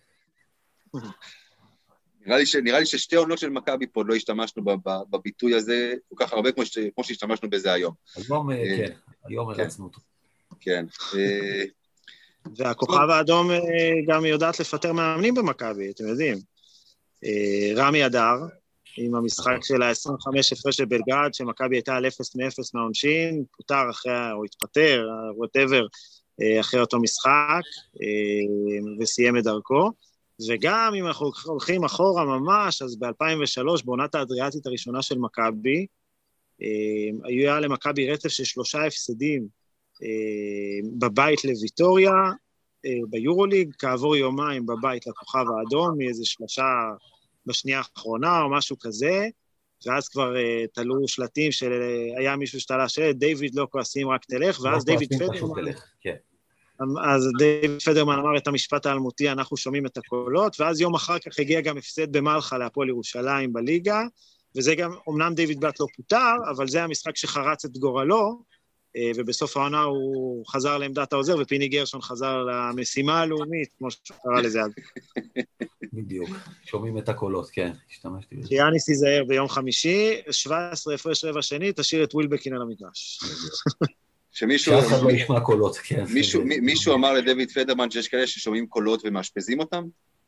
נראה לי, ש, נראה לי ששתי עונות של מכבי פה לא השתמשנו בביטוי הזה, כל כך הרבה כמו, ש, כמו שהשתמשנו בזה היום. היום, כן, היום הרצנו אותו. כן. והכוכב האדום גם יודעת לפטר מאמנים במכבי, אתם יודעים. רמי אדר, עם המשחק של ה-עשרים וחמש הפרש של בלגרד, שמכבי הייתה על אפס מאפס מהעונשין, פוטר אחרי, או התפטר, whatever, אחרי אותו משחק, וסיים את דרכו. וגם אם אנחנו הולכים אחורה ממש, אז ב-אלפיים ושלוש, בעונת האדריאטית הראשונה של מכבי, היה למכבי רצף של שלושה הפסדים בבית לויטוריה, ביורוליג, כעבור יומיים בבית לכוכב האדום, מאיזה שלושה בשנייה האחרונה או משהו כזה, ואז כבר תלו שלטים שהיה מישהו שתלה שלט, דיוויד לא כועסים רק תלך, ואז דיוויד פדרמן... אז דיוויד פדרמן אמר את המשפט האלמותי, אנחנו שומעים את הקולות, ואז יום אחר כך הגיע גם הפסד במלחה להפועל ירושלים בליגה, וזה גם, אמנם דיוויד בלאט לא פוטר, אבל זה המשחק שחרץ את גורלו, ובסוף העונה הוא חזר לעמדת העוזר, ופיני גרשון חזר למשימה הלאומית, כמו שקרא לזה אז. בדיוק, שומעים את הקולות, כן, השתמשתי בזה. יאניס ייזהר ביום חמישי, שבע עשרה הפרש רבע שני, תשאיר את ווילבקין על המגרש. שמישהו... שאחד לא ישמע קולות, כן. מישהו, מישהו אמר לדויד פדרמן שיש כאלה ששומעים קולות ומאשפזים אותם?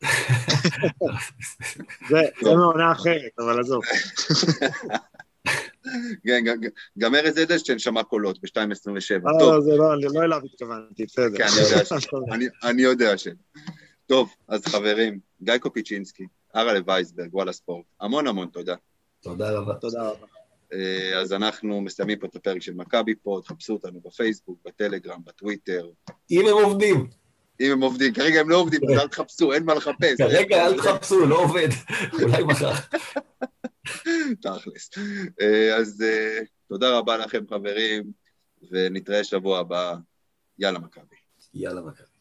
זה, זה מעונה אחרת, אבל עזוב. כן, גם ארז אדלשטיין שמע קולות ב-שתיים עשרים ושבע. לא, זה לא, לא אליו התכוונתי, בסדר. כן, אני יודע ש... טוב, אז חברים, גיא קופיצ'ינסקי, ארלה וייסברג, וואלה ספורט, המון המון תודה. תודה רבה. תודה רבה. אז אנחנו מסיימים פה את הפרק של מכבי פה, תחפשו אותנו בפייסבוק, בטלגרם, בטוויטר. אם הם עובדים. אם הם עובדים, כרגע הם לא עובדים, אז אל תחפשו, אין מה לחפש. כרגע אל תחפשו, לא עובד, אולי מחר. תכלס. אז תודה רבה לכם חברים, ונתראה שבוע הבא. יאללה מכבי. יאללה מכבי.